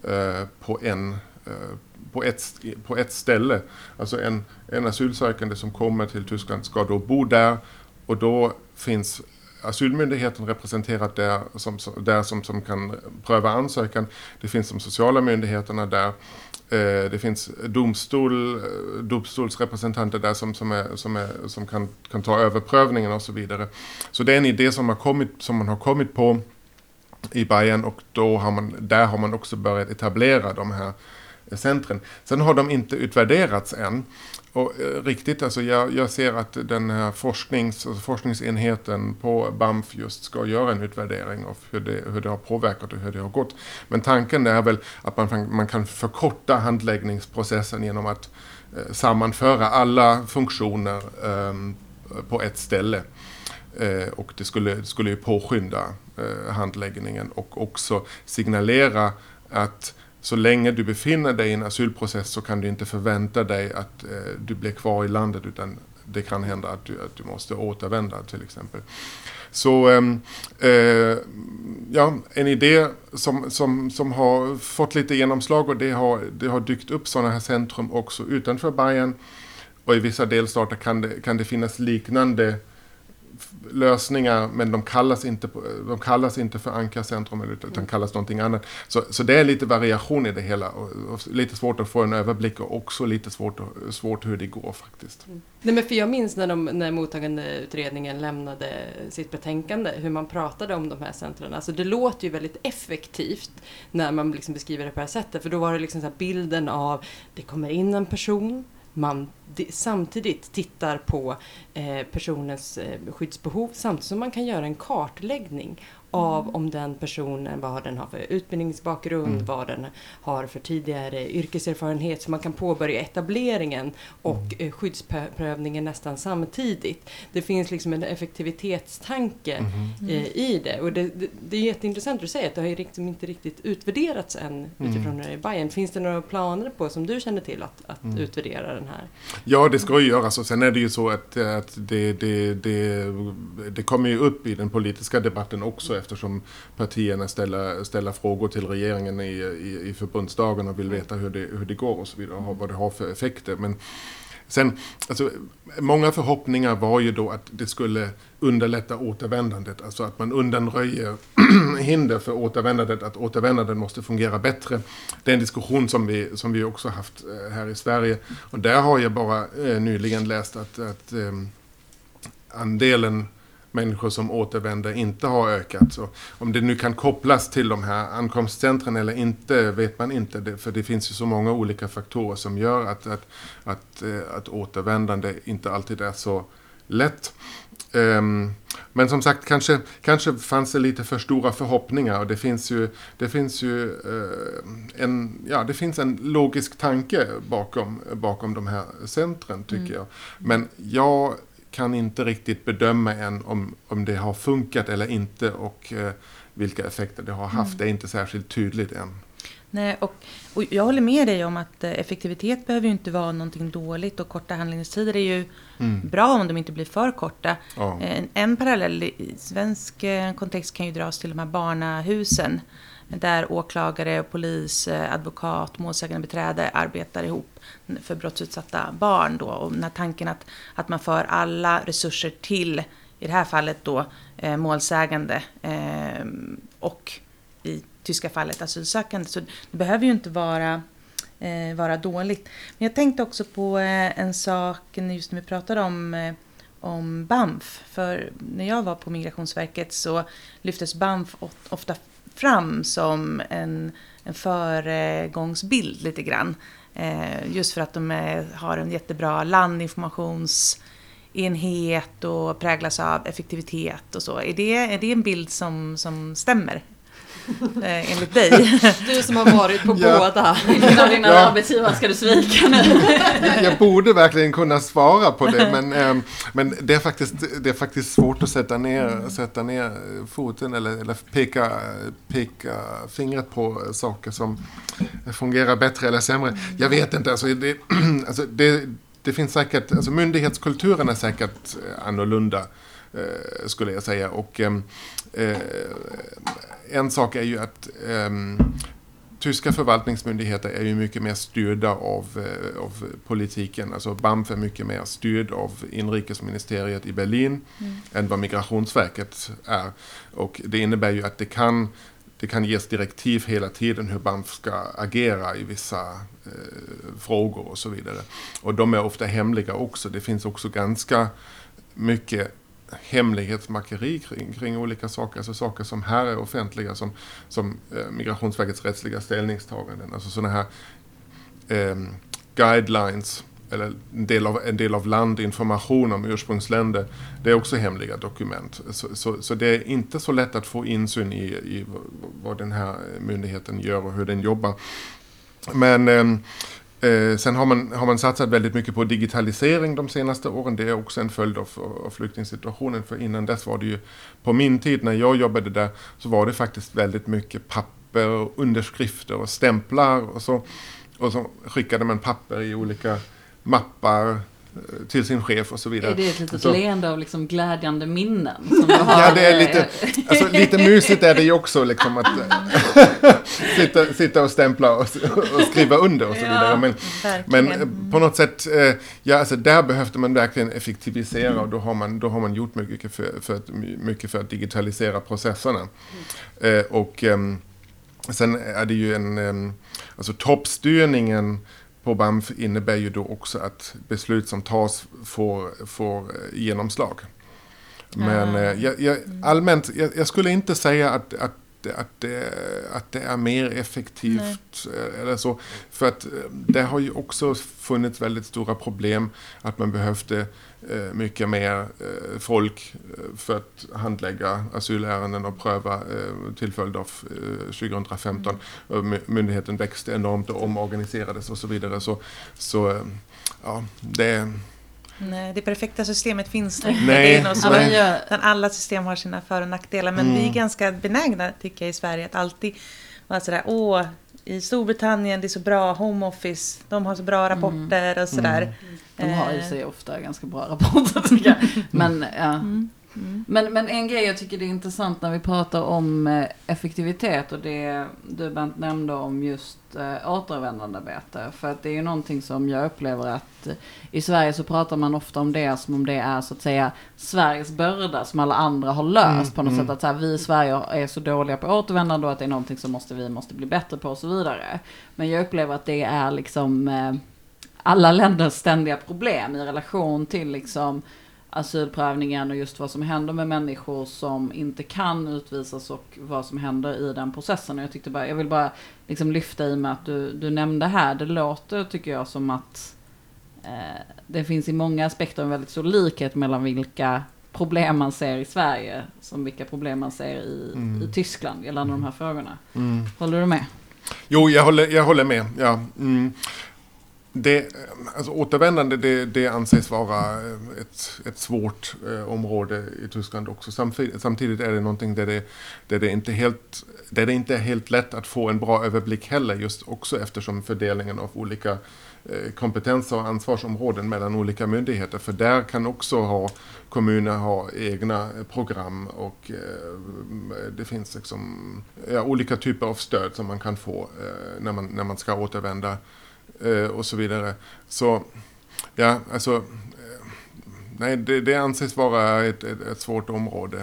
på ett ställe. Alltså en asylsökande som kommer till Tyskland ska då bo där, och då finns asylmyndigheten representerat där som kan pröva ansökan. Det finns de sociala myndigheterna där. Det finns domstolsrepresentanter där som kan ta över prövningen och så vidare. Så det är en idé som man har kommit på i Bayern, och där har man också börjat etablera de här centren. Sen har de inte utvärderats än. Och riktigt, alltså jag ser att den här forskningsenheten på BAMF just ska göra en utvärdering av hur det har påverkat och hur det har gått. Men tanken är väl att man kan förkorta handläggningsprocessen genom att sammanföra alla funktioner på ett ställe. Och det skulle ju påskynda handläggningen och också signalera att så länge du befinner dig i en asylprocess så kan du inte förvänta dig att du blir kvar i landet, utan det kan hända att du måste återvända till exempel. Så en idé som har fått lite genomslag, och det har dykt upp sådana här centrum också utanför Bayern, och i vissa delstater kan det finnas liknande lösningar, men de kallas inte för ankarcentrum utan kallas någonting annat. Så det är lite variation i det hela, och lite svårt att få en överblick, och också lite svårt hur det går faktiskt. Nej, men för jag minns när mottagandeutredningen lämnade sitt betänkande, hur man pratade om de här centren. Alltså det låter ju väldigt effektivt när man liksom beskriver det på det här sättet, för då var det liksom så här bilden av det kommer in en person, man samtidigt tittar på personens skyddsbehov, samtidigt som man kan göra en kartläggning av om den personen, vad den har för utbildningsbakgrund, vad den har för tidigare yrkeserfarenhet, så man kan påbörja etableringen och skyddsprövningen nästan samtidigt. Det finns liksom en effektivitetstanke i det, och det är jätteintressant att säga att det har liksom inte riktigt utvärderats än utifrån det i Bayern. Finns det några planer på, som du känner till, att utvärdera den här? Ja, det ska ju göras, och sen är det ju så att det kommer ju upp i den politiska debatten också, eftersom partierna ställer frågor till regeringen i förbundsdagen och vill veta hur det går och så vidare, och vad det har för effekter. Men sen, alltså, många förhoppningar var ju då att det skulle underlätta återvändandet, alltså att man undanröjer hinder för återvändandet, att återvändandet måste fungera bättre. Det är en diskussion som vi också haft här i Sverige, och där har jag bara nyligen läst att andelen människor som återvänder inte har ökat. Så om det nu kan kopplas till de här ankomstcentren eller inte vet man inte. För det finns ju så många olika faktorer som gör att återvändande inte alltid är så lätt. Men som sagt, kanske fanns det lite för stora förhoppningar, och det finns en logisk tanke bakom de här centren, tycker jag. Men jag kan inte riktigt bedöma än om det har funkat eller inte, och vilka effekter det har haft. Det är inte särskilt tydligt än. Nej, och jag håller med dig om att effektivitet behöver ju inte vara någonting dåligt, och korta handläggningstider är ju bra om de inte blir för korta. Ja. En parallell i svensk kontext kan ju dras till de här barnahusen, där åklagare, polis, advokat, målsägande beträde arbetar ihop för brottsutsatta barn då. Och den här tanken att man för alla resurser till, i det här fallet då, målsägande och i tyska fallet asylsökande. Så det behöver ju inte vara dåligt. Men jag tänkte också på en sak just när vi pratade om BAMF. För när jag var på Migrationsverket så lyftes BAMF ofta fram som en föregångsbild lite grann. Just för att de har en jättebra landinformationsenhet och präglas av effektivitet och så. Är det en bild som stämmer? Enligt dig. Du som har varit på båda. Innan dina arbetsgivare ska du svika nu. Jag borde verkligen kunna svara på det, men det är faktiskt svårt att sätta ner foten eller peka fingret på saker som fungerar bättre eller sämre. Jag vet inte, det finns säkert, alltså myndighetskulturen är säkert annorlunda, skulle jag säga, och en sak är ju att tyska förvaltningsmyndigheter är ju mycket mer styrda av politiken. Alltså BAMF är mycket mer styrd av inrikesministeriet i Berlin än vad Migrationsverket är. Och det innebär ju att det kan ges direktiv hela tiden hur BAMF ska agera i vissa frågor och så vidare. Och de är ofta hemliga också. Det finns också ganska mycket hemlighetsmakeri kring olika saker, alltså saker som här är offentliga, som Migrationsverkets rättsliga ställningstaganden, alltså sådana här guidelines eller en del av landinformation om ursprungsländer, det är också hemliga dokument. Så det är inte så lätt att få insyn i vad den här myndigheten gör och hur den jobbar. Men sen har man satsat väldigt mycket på digitalisering de senaste åren. Det är också en följd av flyktingsituationen. För innan dess var det ju, på min tid när jag jobbade där, så var det faktiskt väldigt mycket papper och underskrifter och stämplar. Och så skickade man papper i olika mappar till sin chef och så vidare. Är det ett litet leende av liksom glädjande minnen som du har? Ja, det är lite mysigt är det ju också liksom att sitta och stämpla och skriva under och så vidare. Men på något sätt, alltså där behövde man verkligen effektivisera, och då har man gjort mycket för att digitalisera processerna. Och sen är det ju alltså toppstyrningen på BAMF innebär ju då också att beslut som tas får genomslag. Men allmänt, jag skulle inte säga att det är mer effektivt eller så. För att det har ju också funnits väldigt stora problem att man behövde mycket mer folk för att handlägga asylärenden och pröva till följd av 2015. Myndigheten växte enormt och omorganiserades och så vidare. Så Nej, det perfekta systemet finns inte. Nej. Alla system har sina för- och nackdelar. Men vi är ganska benägna, tycker jag, i Sverige att alltid vara sådär, i Storbritannien det är så bra, home office, de har så bra rapporter och sådär. De har ju sig ofta ganska bra rapporter, tycker jag. Men, Men en grej jag tycker det är intressant när vi pratar om effektivitet, och det du Bent nämnde om just återvändandearbete. För att det är ju någonting som jag upplever att i Sverige så pratar man ofta om det som om det är så att säga Sveriges börda som alla andra har löst på något sätt. Att så här, vi i Sverige är så dåliga på återvändande och att det är någonting som vi måste bli bättre på och så vidare. Men jag upplever att det är liksom alla länders ständiga problem i relation till liksom asylprövningen och just vad som händer med människor som inte kan utvisas och vad som händer i den processen. Och jag vill bara liksom lyfta i med att du nämnde här, det låter tycker jag som att det finns i många aspekter en väldigt stor likhet mellan vilka problem man ser i Sverige som vilka problem man ser i Tyskland gällande de här frågorna. Håller du med? Jo, jag håller med. Ja. Återvändande det anses vara ett svårt område i Tyskland också. Samtidigt är det någonting där det inte är helt lätt att få en bra överblick heller, just också eftersom fördelningen av olika kompetenser och ansvarsområden mellan olika myndigheter. För där kan också kommuner ha egna program och det finns liksom, olika typer av stöd som man kan få när man ska återvända och så vidare. Så det anses vara ett svårt område.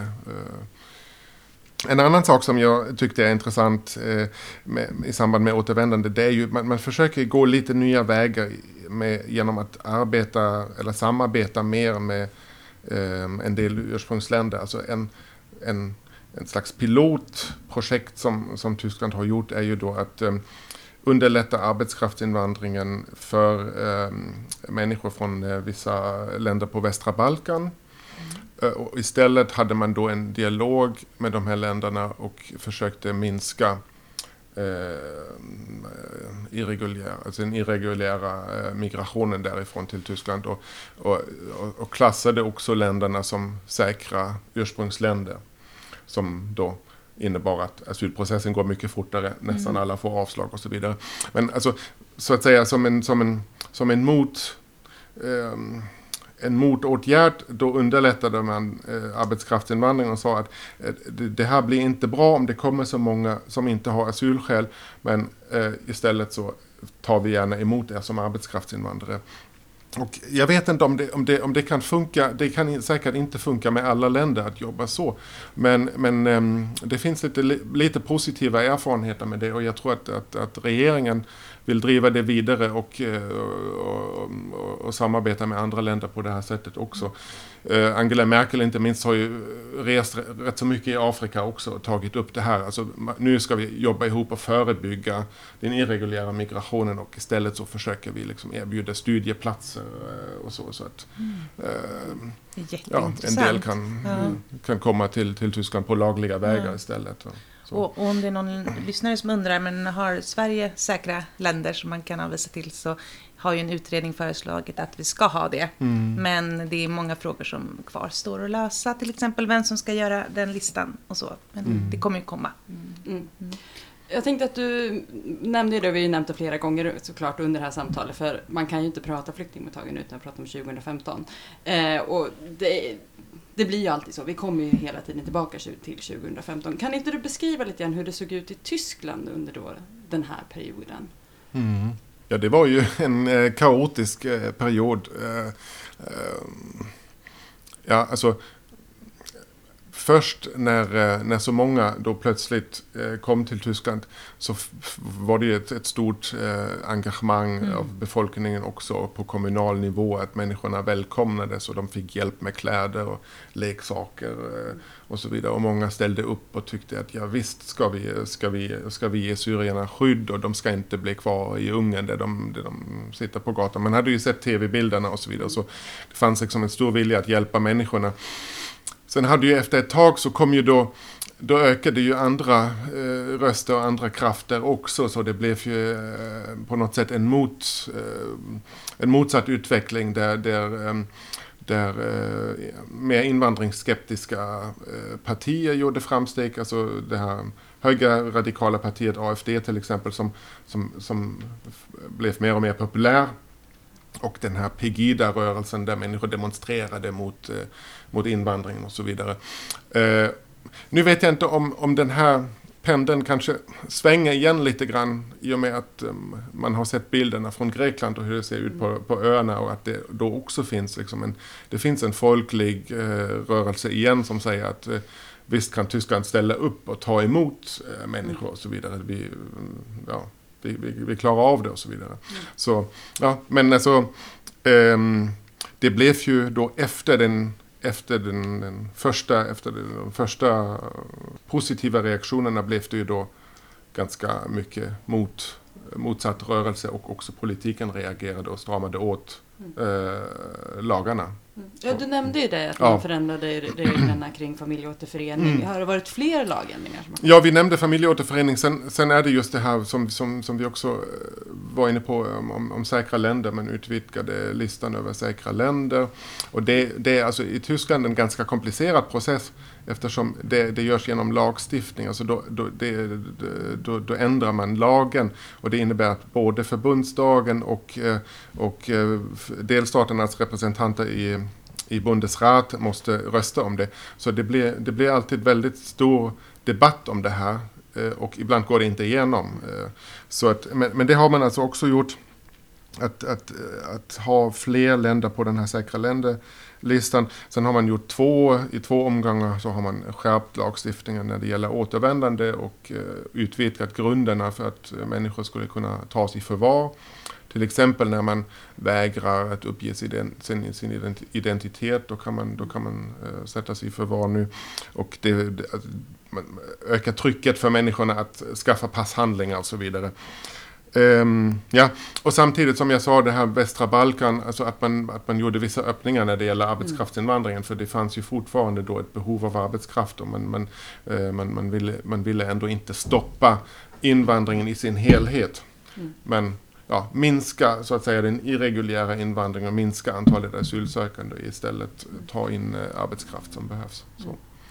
En annan sak som jag tyckte är intressant i samband med återvändande, det är ju man försöker gå lite nya vägar genom att arbeta eller samarbeta mer med en del ursprungsländer. Alltså en slags pilotprojekt som Tyskland har gjort är ju då att underlätta arbetskraftsinvandringen för människor från vissa länder på västra Balkan. Och istället hade man då en dialog med de här länderna och försökte minska den irreguljära migrationen därifrån till Tyskland och klassade också länderna som säkra ursprungsländer, som då innebar att asylprocessen går mycket fortare, nästan alla får avslag och så vidare. Men alltså, så att säga som en motåtgärd, då underlättade man arbetskraftsinvandring och sa att det här blir inte bra om det kommer så många som inte har asylskäl, men istället så tar vi gärna emot er som arbetskraftsinvandrare. Och jag vet inte om det kan funka. Det kan säkert inte funka med alla länder att jobba så. Men det finns lite positiva erfarenheter med det. Och jag tror att regeringen vill driva det vidare och samarbeta med andra länder på det här sättet också. Angela Merkel inte minst har ju rest rätt så mycket i Afrika också och tagit upp det här. Alltså, nu ska vi jobba ihop och förebygga den irreguljära migrationen och istället så försöker vi liksom erbjuda studieplatser och så att en del kan komma till Tyskland på lagliga vägar istället. Och om det är någon lyssnare som undrar, men har Sverige säkra länder som man kan avvisa till, så har ju en utredning föreslagit att vi ska ha det. Men det är många frågor som kvarstår att lösa, till exempel vem som ska göra den listan och så. Men det kommer ju komma. Jag tänkte att du nämnde det, vi har ju nämnt det flera gånger såklart under det här samtalet, för man kan ju inte prata flyktingmottagande utan att prata om 2015. Och det blir ju alltid så. Vi kommer ju hela tiden tillbaka till 2015. Kan inte du beskriva lite grann hur det såg ut i Tyskland under då den här perioden? Ja, det var ju en kaotisk period. Först när så många då plötsligt kom till Tyskland så var det ju ett stort engagemang av befolkningen också på kommunal nivå, att människorna välkomnades och de fick hjälp med kläder och leksaker och så vidare. Och många ställde upp och tyckte att ja visst ska vi ge syrierna skydd och de ska inte bli kvar i Ungern där de sitter på gatan. Man hade ju sett tv-bilderna och så vidare, så det fanns liksom en stor vilja att hjälpa människorna. Sen hade ju efter ett tag så kom ju då ökade ju andra röster och andra krafter också, så det blev ju på något sätt en motsatt utveckling där mer invandringsskeptiska partier gjorde framsteg, alltså det här höga radikala partiet AfD till exempel som blev mer och mer populär. Och den här Pegida-rörelsen där människor demonstrerade mot invandringen och så vidare. Nu vet jag inte om den här pendeln kanske svänger igen lite grann i och med att man har sett bilderna från Grekland och hur det ser ut på öarna, och att det då också finns liksom det finns en folklig rörelse igen som säger att visst kan Tyskland ställa upp och ta emot människor och så vidare. Vi klarar av det och så vidare. Så, ja, men alltså det blev ju då efter de första positiva reaktionerna blev det ju då ganska mycket motsatt rörelse, och också politiken reagerade och stramade åt lagarna. Ja, du nämnde ju det, att man förändrade reglerna kring familjeåterförening. Har det varit fler lagändringar? Ja, vi nämnde familjeåterförening. Sen är det just det här som vi också var inne på om säkra länder, men utvidgade listan över säkra länder. Och det är alltså i Tyskland en ganska komplicerad process, eftersom det görs genom lagstiftning. Alltså då ändrar man lagen, och det innebär att både förbundsdagen och delstaternas representanter i Bundesrat måste rösta om det. Så det blir alltid väldigt stor debatt om det här, och ibland går det inte igenom. Men det har man alltså också gjort, att ha fler länder på den här säkra länderlistan. Sen har man gjort i två omgångar, så har man skärpt lagstiftningen när det gäller återvändande och utvidgat grunderna för att människor skulle kunna tas i förvar. Till exempel när man vägrar att uppge sin identitet, då kan man sättas i förvar nu. Och man ökar trycket för människorna att skaffa passhandlingar och så vidare. Och samtidigt som jag sa, det här västra Balkan, alltså att man gjorde vissa öppningar när det gäller arbetskraftsinvandringen, för det fanns ju fortfarande då ett behov av arbetskraft, och man ville ändå inte stoppa invandringen i sin helhet. Men minska så att säga den irreguljära invandringen och minska antalet asylsökande, istället ta in arbetskraft som behövs. Så.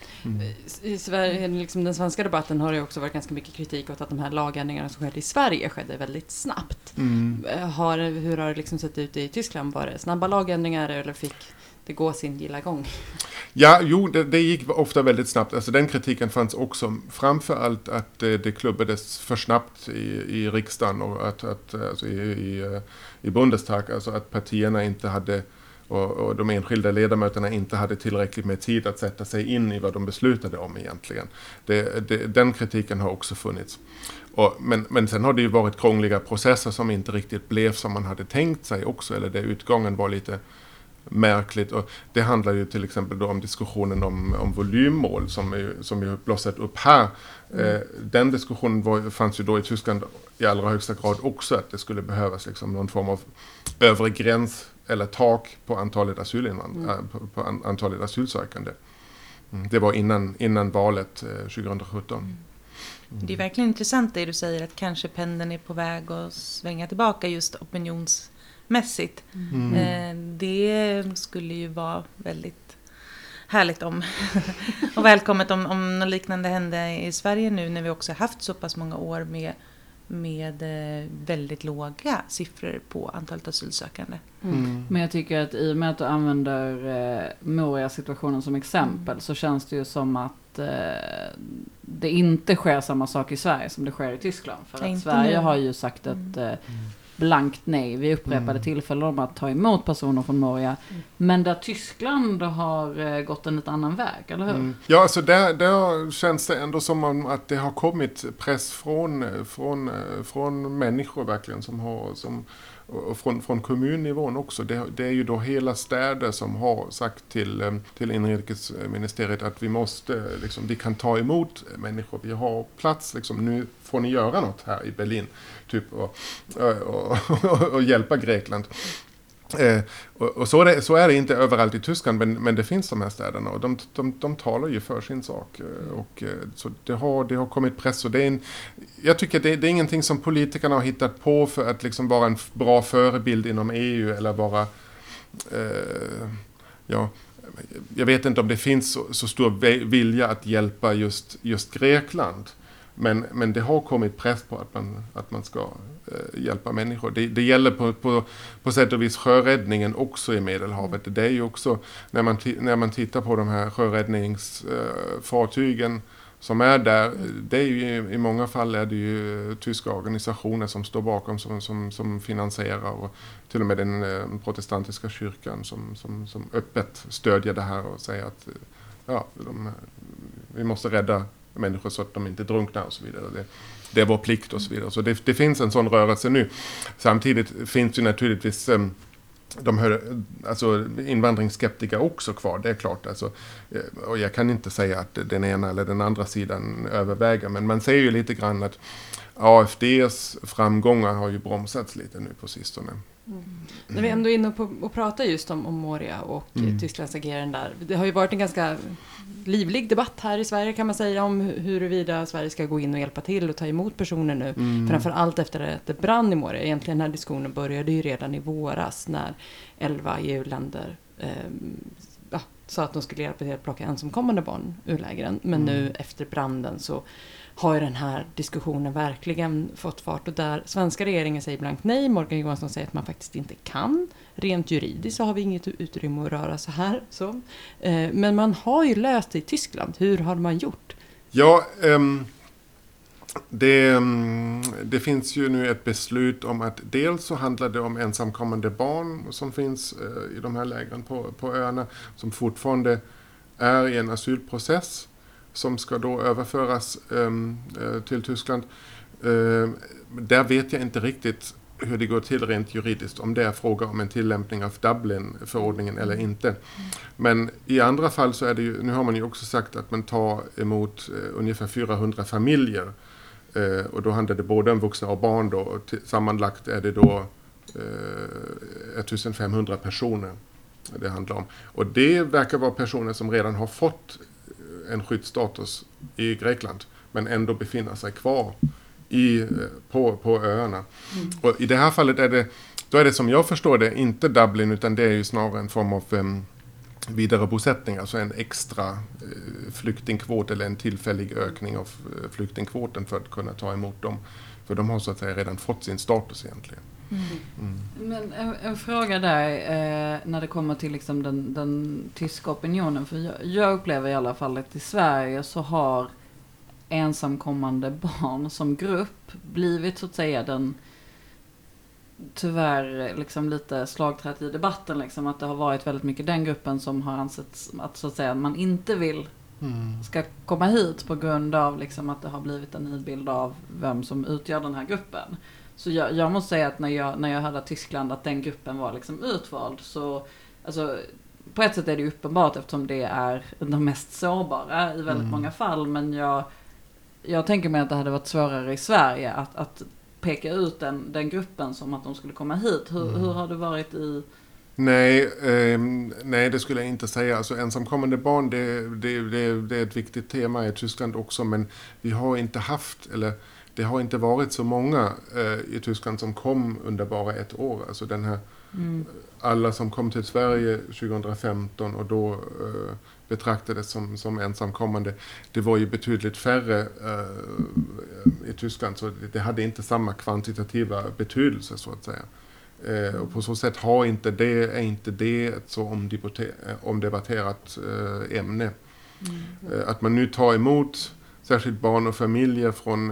I Sverige, liksom den svenska debatten, har det också varit ganska mycket kritik åt att de här lagändringarna som skedde i Sverige skedde väldigt snabbt. Hur har det liksom sett ut i Tyskland? Var det snabba lagändringar, eller fick det gå sin gilla gång? Ja, det gick ofta väldigt snabbt. Alltså den kritiken fanns också, framför allt att det klubbades för snabbt i riksdagen, och alltså i Bundestag, alltså att partierna inte hade, och de enskilda ledamöterna inte hade tillräckligt med tid att sätta sig in i vad de beslutade om egentligen. Den kritiken har också funnits. Men sen har det ju varit krångliga processer som inte riktigt blev som man hade tänkt sig också, eller där utgången var lite märkligt. Och det handlar ju till exempel då om diskussionen om volymmål som ju blossat upp här. Den diskussionen fanns ju då i Tyskland i allra högsta grad också, att det skulle behövas liksom någon form av övre gräns eller tak på antalet på antalet asylsökande. Det var innan valet 2017. Det är verkligen intressant det du säger, att kanske pendeln är på väg att svänga tillbaka just opinionsmässigt. Det skulle ju vara väldigt härligt och välkommet om något liknande hände i Sverige nu, när vi också haft så pass många år med väldigt låga siffror på antalet asylsökande. Men jag tycker att i och med att du använder Moria-situationen som exempel, så känns det ju som att det inte sker samma sak i Sverige som det sker i Tyskland. För att Sverige har ju sagt ett blankt nej vid upprepade tillfällen om att ta emot personer från Moria. Men där Tyskland har gått en lite annan väg, eller hur? Ja, alltså där känns det ändå som att det har kommit press från människor verkligen och från kommunnivån också. Det är ju då hela städer som har sagt till inrikesministeriet att vi måste, liksom, vi kan ta emot människor, vi har plats, liksom, nu får ni göra något här i Berlin typ, och hjälpa Grekland. Och så är det inte överallt i Tyskland, men det finns de här städerna, och de talar ju för sin sak, och så det har kommit press, och jag tycker det är ingenting som politikerna har hittat på för att liksom vara en bra förebild inom EU, eller vara jag vet inte om det finns så stor vilja att hjälpa just Grekland. Men det har kommit press på att man ska hjälpa människor. Det gäller på sätt och vis sjöräddningen också i Medelhavet. Det är ju också, när man tittar på de här sjöräddningsfartygen som är där, det är ju, i många fall är det ju tyska organisationer som står bakom, som finansierar, och till och med den protestantiska kyrkan som öppet stödjer det här och säger att vi måste rädda människor så att de inte drunknar och så vidare. Det är vår plikt och så vidare. Så det finns en sån rörelse nu. Samtidigt finns ju naturligtvis alltså invandringsskeptiker också kvar, det är klart. Alltså, och jag kan inte säga att den ena eller den andra sidan överväger, men man ser ju lite grann att AFDs framgångar har ju bromsats lite nu på sistone. När vi ändå är inne på och pratar just om Moria och Tysklands agerande där. Det har ju varit en ganska livlig debatt här i Sverige kan man säga om huruvida Sverige ska gå in och hjälpa till och ta emot personer nu. Framförallt efter att det brann i Moria. Egentligen den här diskussionen började ju redan i våras när 11 EU-länder sa att de skulle hjälpa till att plocka ensamkommande barn ur lägren. Men nu efter branden så har ju den här diskussionen verkligen fått fart. Och där svenska regeringen säger blankt nej. Morgan Johansson säger att man faktiskt inte kan. Rent juridiskt så har vi inget utrymme att röra så här. Så. Men man har ju löst det i Tyskland. Hur har man gjort? Ja, det finns ju nu ett beslut om att dels så handlar det om ensamkommande barn som finns i de här lägren på öarna som fortfarande är i en asylprocess som ska då överföras till Tyskland. Där vet jag inte riktigt hur det går till rent juridiskt, om det är fråga om en tillämpning av Dublin-förordningen eller inte. Men i andra fall så är det ju, nu har man ju också sagt att man tar emot ungefär 400 familjer. Och då handlar det både om vuxna och barn då. Och sammanlagt är det då 1500 personer det handlar om. Och det verkar vara personer som redan har fått en skyddsstatus i Grekland men ändå befinner sig kvar på öarna. Och i det här fallet är det som jag förstår det inte Dublin, utan det är ju snarare en form av vidarebosättning, alltså en extra flyktingkvot eller en tillfällig ökning av flyktingkvoten för att kunna ta emot dem. För de har så att säga redan fått sin status egentligen. Men en fråga där när det kommer till liksom den tyska opinionen, för jag upplever i alla fall att i Sverige så har ensamkommande barn som grupp blivit så att säga den tyvärr liksom lite slagträt i debatten liksom, att det har varit väldigt mycket den gruppen som har ansett att så att säga man inte vill ska komma hit på grund av liksom att det har blivit en nidbild av vem som utgör den här gruppen. Så jag måste säga att när jag hörde Tyskland att den gruppen var liksom utvald, så alltså, på ett sätt är det uppenbart eftersom det är de mest sårbara i väldigt många fall, men jag tänker mig att det hade varit svårare i Sverige att peka ut den gruppen som att de skulle komma hit. Hur har det varit i... Nej, det skulle jag inte säga. Alltså, ensamkommande barn, det är ett viktigt tema i Tyskland också, men vi har inte haft, eller det har inte varit så många i Tyskland som kom under bara ett år. Alltså den här, alla som kom till Sverige 2015 och då betraktades som ensamkommande, det var ju betydligt färre i Tyskland, så det hade inte samma kvantitativa betydelse så att säga. Och på så sätt är inte det ett så omdebatterat ämne. Att man nu tar emot särskilt barn och familjer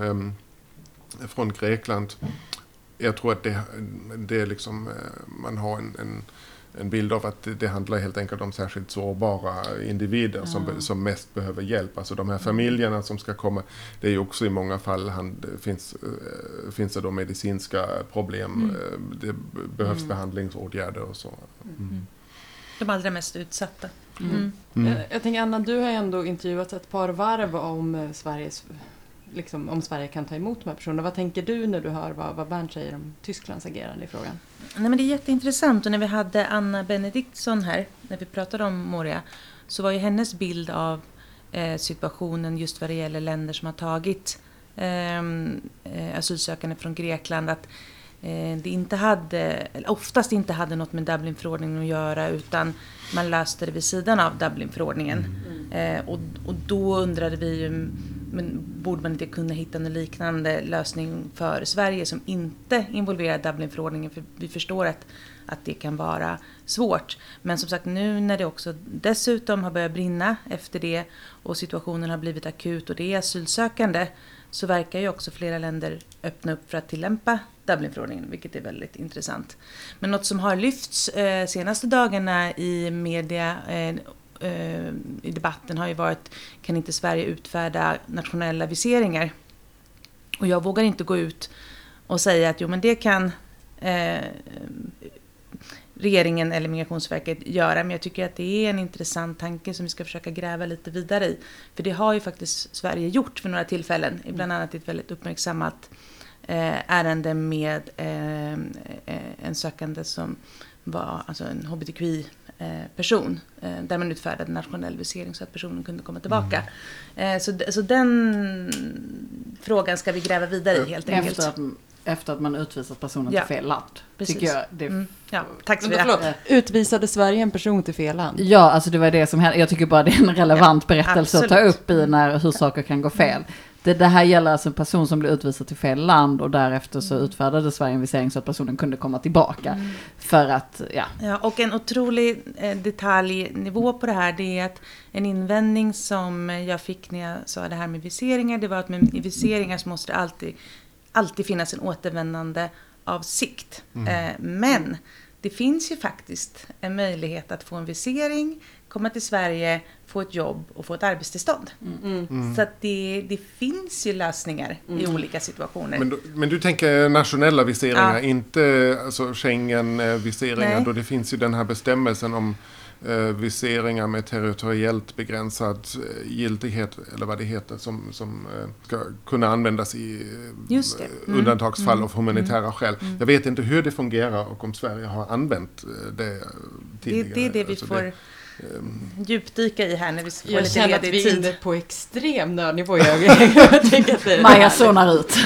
från Grekland, jag tror att det är liksom, man har en bild av att det handlar helt enkelt om särskilt sårbara individer som mest behöver hjälp. Alltså de här familjerna som ska komma, det är ju också i många fall finns det då medicinska problem, det behövs behandlingsåtgärder och så. De allra mest utsatta. Jag tänker, Anna, du har ändå intervjuat ett par varv om om Sverige kan ta emot de här personerna. Vad tänker du när du hör vad Bernt säger om Tysklands agerande i frågan? Nej, men det är jätteintressant, och när vi hade Anna Benediktsson här, när vi pratade om Moria, så var ju hennes bild av situationen just vad det gäller länder som har tagit asylsökande från Grekland, att det oftast inte hade något med Dublinförordningen att göra, utan man löste det vid sidan av Dublinförordningen. Och då undrade vi ju, men borde man inte kunna hitta en liknande lösning för Sverige som inte involverar Dublinförordningen, för vi förstår att det kan vara svårt. Men som sagt, nu när det också dessutom har börjat brinna efter det och situationen har blivit akut och det är asylsökande, så verkar ju också flera länder öppna upp för att tillämpa Dublinförordningen, vilket är väldigt intressant. Men något som har lyfts senaste dagarna i media i debatten har ju varit, kan inte Sverige utfärda nationella viseringar? Och jag vågar inte gå ut och säga att jo, men det kan regeringen eller Migrationsverket göra. Men jag tycker att det är en intressant tanke som vi ska försöka gräva lite vidare i. För det har ju faktiskt Sverige gjort för några tillfällen. Bland annat ett väldigt uppmärksammat ärende med en sökande som var alltså en hbtqi-person. Där man utfärdade nationell visering så att personen kunde komma tillbaka. Så den frågan ska vi gräva vidare i helt enkelt. Efter att man utvisat personen till fel land. Precis. Tycker jag det tack så mycket. Utvisade Sverige en person till fel land? Ja, alltså det var det som hände. Jag tycker bara det är en relevant berättelse att ta upp i hur saker kan gå fel. Det här gäller alltså en person som blev utvisad till fel land och därefter så utfärdade Sverige en visering så att personen kunde komma tillbaka. För att, ja, och en otrolig detaljnivå på det här, det är att en invändning som jag fick när jag sa det här med viseringar, det var att med viseringar så måste det alltid finnas en återvändande avsikt. Men det finns ju faktiskt en möjlighet att få en visering, komma till Sverige, få ett jobb och få ett arbetstillstånd. Så att det finns ju lösningar i olika situationer. Men du tänker nationella viseringar, inte alltså Schengen-viseringar, då det finns ju den här bestämmelsen om viseringar med territoriellt begränsad giltighet eller vad det heter som ska kunna användas i undantagsfall av humanitära skäl. Jag vet inte hur det fungerar och om Sverige har använt det tidigare. Det är det vi får djupdyka i här när vi får jag lite känner att ledig vi är tid. inne på extrem nördnivå. Maja zonar ut.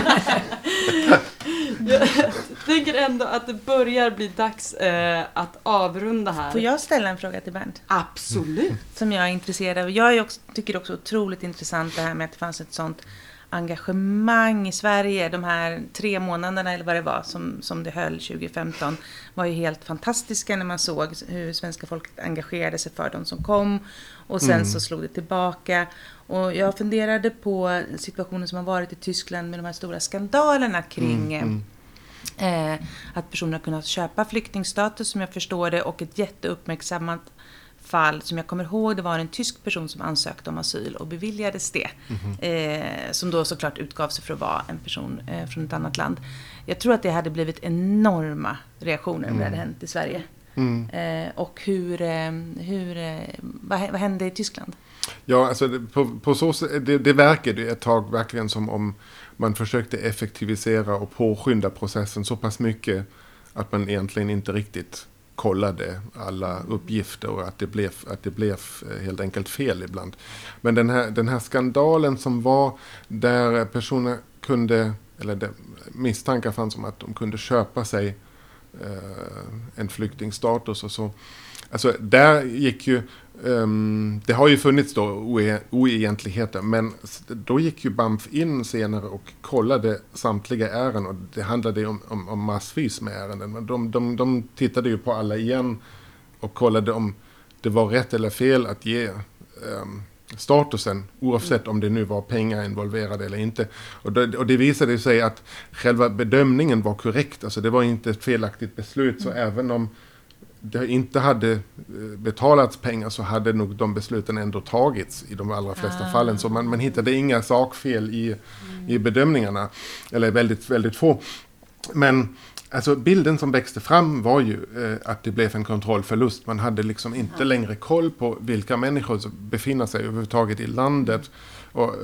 Jag tänker ändå att det börjar bli dags att avrunda här. Får jag ställa en fråga till Bernt? Absolut. Som jag är intresserad av. Jag tycker också otroligt intressant det här med att det fanns ett sånt engagemang i Sverige. De här 3 månaderna eller vad det var som det höll 2015 var ju helt fantastiska när man såg hur svenska folket engagerade sig för de som kom. Och sen så slog det tillbaka. Och jag funderade på situationen som har varit i Tyskland med de här stora skandalerna kring att personer har kunnat köpa flyktingstatus som jag förstår det, och ett jätteuppmärksammat fall som jag kommer ihåg, det var en tysk person som ansökte om asyl och beviljades det. Som då såklart utgav sig för att vara en person från ett annat land. Jag tror att det hade blivit enorma reaktioner om det hade hänt i Sverige. Och vad hände i Tyskland? Ja, alltså på så det verkade ett tag verkligen som om man försökte effektivisera och påskynda processen så pass mycket att man egentligen inte riktigt kollade alla uppgifter och att det blev helt enkelt fel ibland. Men den här skandalen som var där personer kunde, eller där misstankar fanns om att de kunde köpa sig en flyktingstatus och så. Alltså där gick ju det har ju funnits då oegentligheter, men då gick ju BAMF in senare och kollade samtliga ärenden, och det handlade om massvis med ärenden. Men de tittade ju på alla igen och kollade om det var rätt eller fel att ge statusen, oavsett om det nu var pengar involverade eller inte. Och det visade sig att själva bedömningen var korrekt, alltså det var inte ett felaktigt beslut, så även om det inte hade betalats pengar så hade nog de besluten ändå tagits i de allra flesta fallen. Så man hittade inga sakfel i bedömningarna, eller väldigt, väldigt få. Men alltså bilden som växte fram var ju att det blev en kontrollförlust. Man hade liksom inte längre koll på vilka människor som befinner sig överhuvudtaget i landet. Och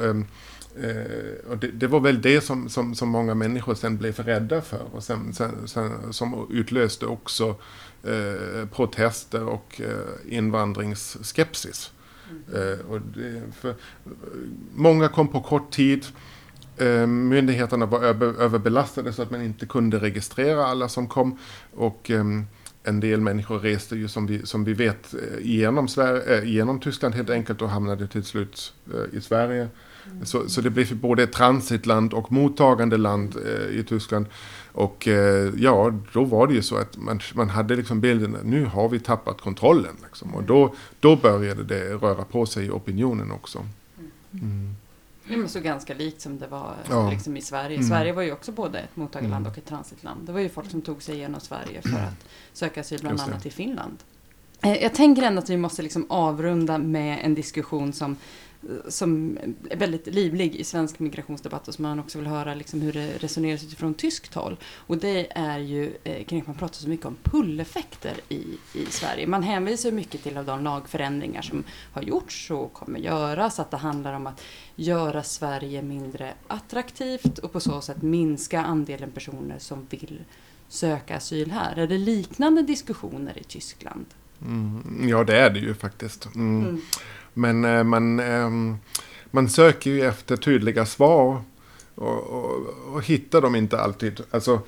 det var väl det som många människor sen blev rädda för. Och sen som utlöste också protester och invandringsskepsis. Och många kom på kort tid. Myndigheterna var överbelastade så att man inte kunde registrera alla som kom. Och en del människor reste ju som vi vet genom Tyskland helt enkelt och hamnade till slut i Sverige. Så det blev både ett transitland och mottagande land i Tyskland. Och då var det ju så att man hade liksom bilden att nu har vi tappat kontrollen. Liksom. Och då började det röra på sig i opinionen också. Det är så ganska likt som det var liksom i Sverige. Sverige var ju också både ett mottagarland och ett transitland. Det var ju folk som tog sig igenom Sverige för att söka sig bland annat till Finland. Jag tänker ändå att vi måste liksom avrunda med en diskussion som som är väldigt livlig i svensk migrationsdebatt och som man också vill höra liksom hur det resoneras utifrån tyskt håll. Och det är ju kring att man pratar så mycket om pull-effekter i Sverige. Man hänvisar mycket till av de lagförändringar som har gjorts och kommer göras, att det handlar om att göra Sverige mindre attraktivt och på så sätt minska andelen personer som vill söka asyl här. Är det liknande diskussioner i Tyskland? Ja, det är det ju faktiskt. Men man söker ju efter tydliga svar och hittar dem inte alltid. Alltså,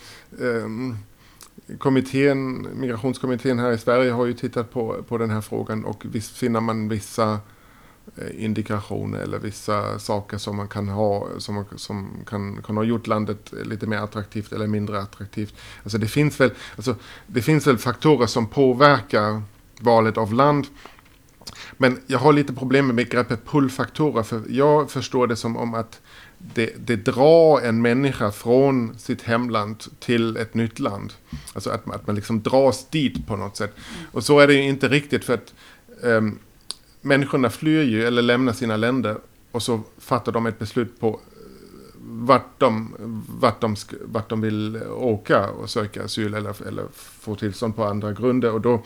migrationskommittén här i Sverige har ju tittat på den här frågan och visst finner man vissa indikationer eller vissa saker som man kan ha som kan ha gjort landet lite mer attraktivt eller mindre attraktivt. Alltså det finns väl faktorer som påverkar valet av land. Men jag har lite problem med begreppet pull-faktorer, för jag förstår det som om att det drar en människa från sitt hemland till ett nytt land. Alltså att man liksom dras dit på något sätt. Och så är det ju inte riktigt, för att människorna flyr ju eller lämnar sina länder och så fattar de ett beslut på vart de vill åka och söka asyl eller få tillstånd på andra grunder. Och då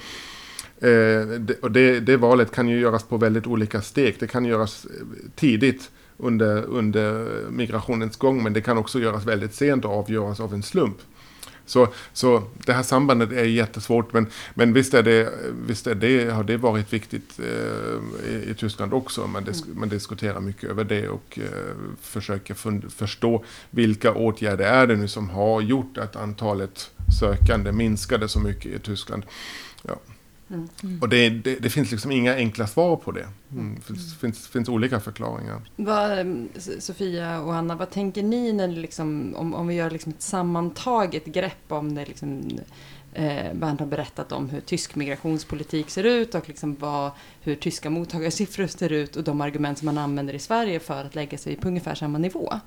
det valet kan ju göras på väldigt olika steg. Det kan göras tidigt under migrationens gång, men det kan också göras väldigt sent och avgöras av en slump. Så det här sambandet är jättesvårt, men visst har det varit viktigt i Tyskland också. Man diskuterar mycket över det och försöker förstå vilka åtgärder är det nu som har gjort att antalet sökande minskade så mycket i Tyskland. Ja. Och det finns liksom inga enkla svar på det. Det finns olika förklaringar. Sofia och Anna, vad tänker ni när det liksom, om vi gör liksom ett sammantaget grepp om det liksom, Bernt har berättat om hur tysk migrationspolitik ser ut och liksom hur tyska mottagarsiffror ser ut och de argument som man använder i Sverige för att lägga sig på ungefär samma nivå?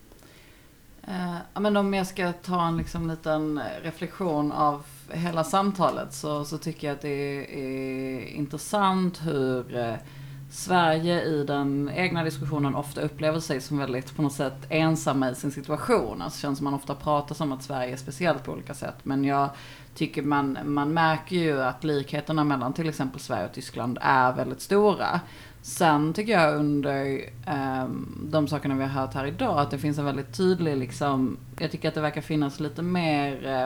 Men om jag ska ta en liksom liten reflektion av hela samtalet så tycker jag att det är intressant hur Sverige i den egna diskussionen ofta upplever sig som väldigt på något sätt ensamma i sin situation. Alltså känns som man ofta pratar som att Sverige är speciellt på olika sätt. Men jag tycker man märker ju att likheterna mellan till exempel Sverige och Tyskland är väldigt stora. Sen tycker jag under de sakerna vi har hört här idag att det finns en väldigt tydlig liksom, jag tycker att det verkar finnas lite mer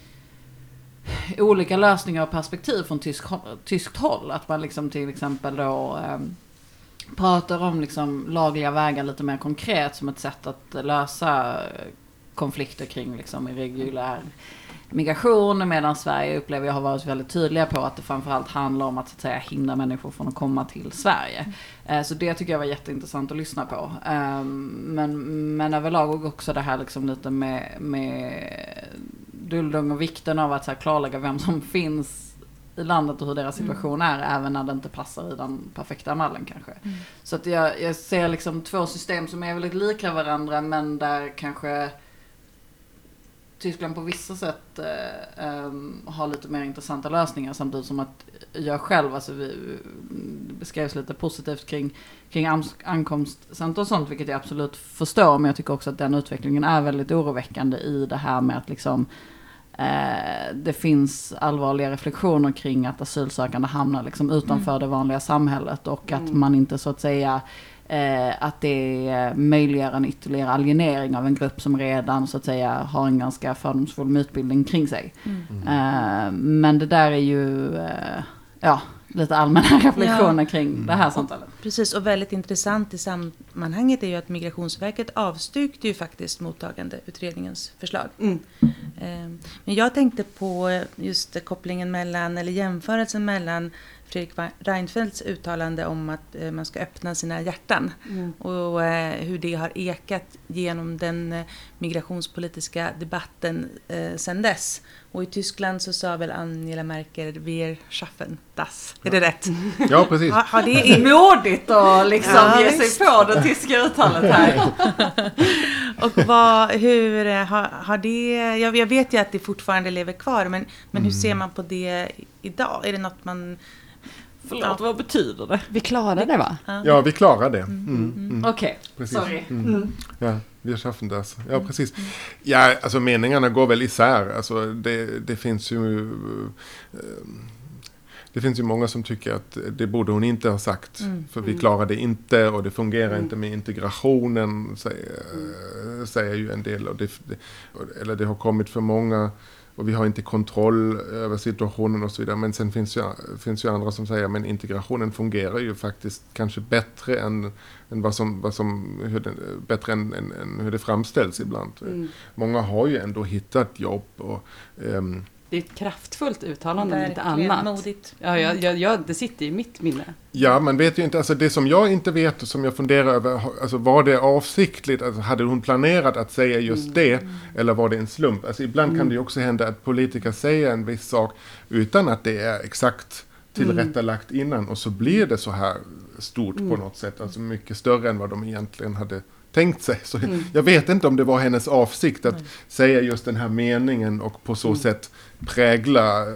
olika lösningar och perspektiv från tyskt håll. Att man liksom till exempel då pratar om liksom lagliga vägar lite mer konkret som ett sätt att lösa konflikter kring liksom irreguljär migration, medan Sverige upplever jag har varit väldigt tydliga på att det framförallt handlar om att, så att säga, hindra människor från att komma till Sverige. Så det tycker jag var jätteintressant att lyssna på. Men överlag också det här liksom lite med duldung och vikten av att så här, klarlägga vem som finns i landet och hur deras situation är, även när det inte passar i den perfekta mallen kanske. Så att jag ser liksom två system som är väldigt lika varandra, men där kanske Tyskland på vissa sätt har lite mer intressanta lösningar, samtidigt som att jag själv, alltså vi beskrevs lite positivt kring ankomstcenter och sånt, vilket jag absolut förstår, men jag tycker också att den utvecklingen är väldigt oroväckande i det här med att liksom det finns allvarliga reflektioner kring att asylsökande hamnar liksom utanför det vanliga samhället och att man inte så att säga att det möjliggör en ytterligare alienering av en grupp som redan så att säga har en ganska fördomsfull utbildning kring sig. Men det där är ju lite allmänna reflektioner kring det här samtalet. Precis, och väldigt intressant i sammanhanget är ju att Migrationsverket avstyrkte ju faktiskt mottagandeutredningens förslag. Men jag tänkte på just kopplingen mellan, eller jämförelsen mellan Fredrik Reinfeldts uttalande om att man ska öppna sina hjärtan och hur det har ekat genom den migrationspolitiska debatten sedan dess. Och i Tyskland så sa väl Angela Merkel wir schaffen das. Är det rätt? Ja, precis. Har det är modigt att liksom ge sig på det tyska uttalet här. Och hur har det... Jag vet ju att det fortfarande lever kvar, men hur ser man på det idag? Är det något man... Förlåt, vad betyder det? Vi klarar det, va? Ja, vi klarar det. Okej, Precis. sorry. Ja, wir schaffen das. Ja, precis. Ja, alltså meningarna går väl isär. Alltså det finns ju... Det finns ju många som tycker att det borde hon inte ha sagt. För vi klarar det inte och det fungerar inte med integrationen, säger ju en del. Eller det har kommit för många och vi har inte kontroll över situationen och så vidare. Men sen finns ju andra som säger men integrationen fungerar ju faktiskt kanske bättre än bättre än hur det framställs ibland. Många har ju ändå hittat jobb och... Det är ett kraftfullt uttalande, Verkligen inte annat. modigt. Ja, det sitter i mitt minne. Ja, man vet ju inte, alltså det som jag inte vet och som jag funderar över, alltså var det avsiktligt, alltså hade hon planerat att säga just det, eller var det en slump? Alltså ibland kan det ju också hända att politiker säger en viss sak utan att det är exakt tillrättalagt innan, och så blir det så här stort på något sätt, alltså mycket större än vad de egentligen hade tänkt sig. Så jag vet inte om det var hennes avsikt att säga just den här meningen och på så sätt prägla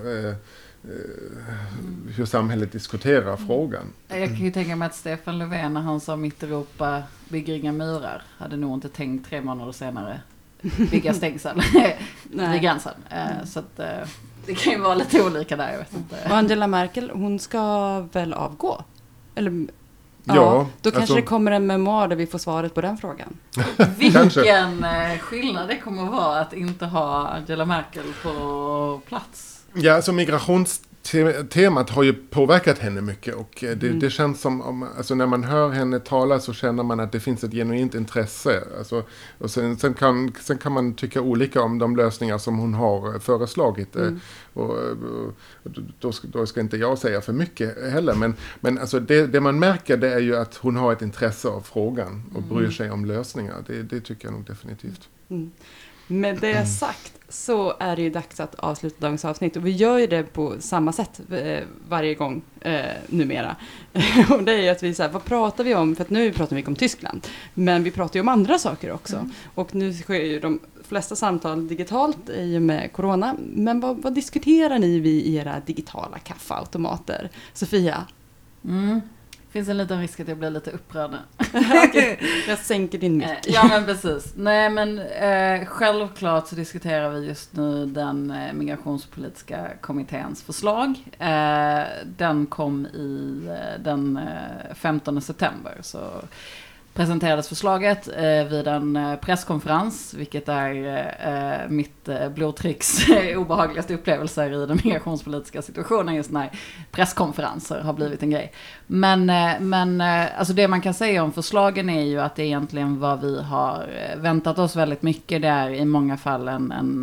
hur samhället diskuterar frågan. Jag kan ju tänka mig att Stefan Löfven, när han sa mitt Europa bygger inga murar, hade nog inte tänkt 3 månader senare bygga stängsel vid gränsen. Så att det kan ju vara lite olika där, jag vet inte. Och Angela Merkel, hon ska väl avgå? Eller... Ja, då kanske alltså, det kommer en memoar där vi får svaret på den frågan. Vilken skillnad det kommer att vara att inte ha Angela Merkel på plats. Ja, alltså migrationstemat har ju påverkat henne mycket och det känns som, alltså när man hör henne tala så känner man att det finns ett genuint intresse. Alltså, och sen kan man tycka olika om de lösningar som hon har föreslagit. Och då ska inte jag säga för mycket heller. Men alltså det man märker, det är ju att hon har ett intresse av frågan och bryr sig om lösningar. Det tycker jag nog definitivt. Med det sagt så är det ju dags att avsluta dagens avsnitt. Och vi gör ju det på samma sätt varje gång numera. Och det är ju att vi säger, vad pratar vi om? För att nu pratar vi mycket om Tyskland. Men vi pratar ju om andra saker också. Och nu sker ju de flesta samtal digitalt i och med corona. Men vad diskuterar ni vid era digitala kaffeautomater? Sofia? Finns en liten risk att jag blir lite upprörd. Okay. Jag sänker din mick. Ja, men precis. Nej, men självklart så diskuterar vi just nu den migrationspolitiska kommitténs förslag. Den kom den 15 september. Så presenterades förslaget vid en presskonferens, vilket är mitt blodtrycks obehagligaste upplevelser i den migrationspolitiska situationen just när presskonferenser har blivit en grej. Men alltså det man kan säga om förslagen är ju att det är egentligen vad vi har väntat oss väldigt mycket. Det är i många fall en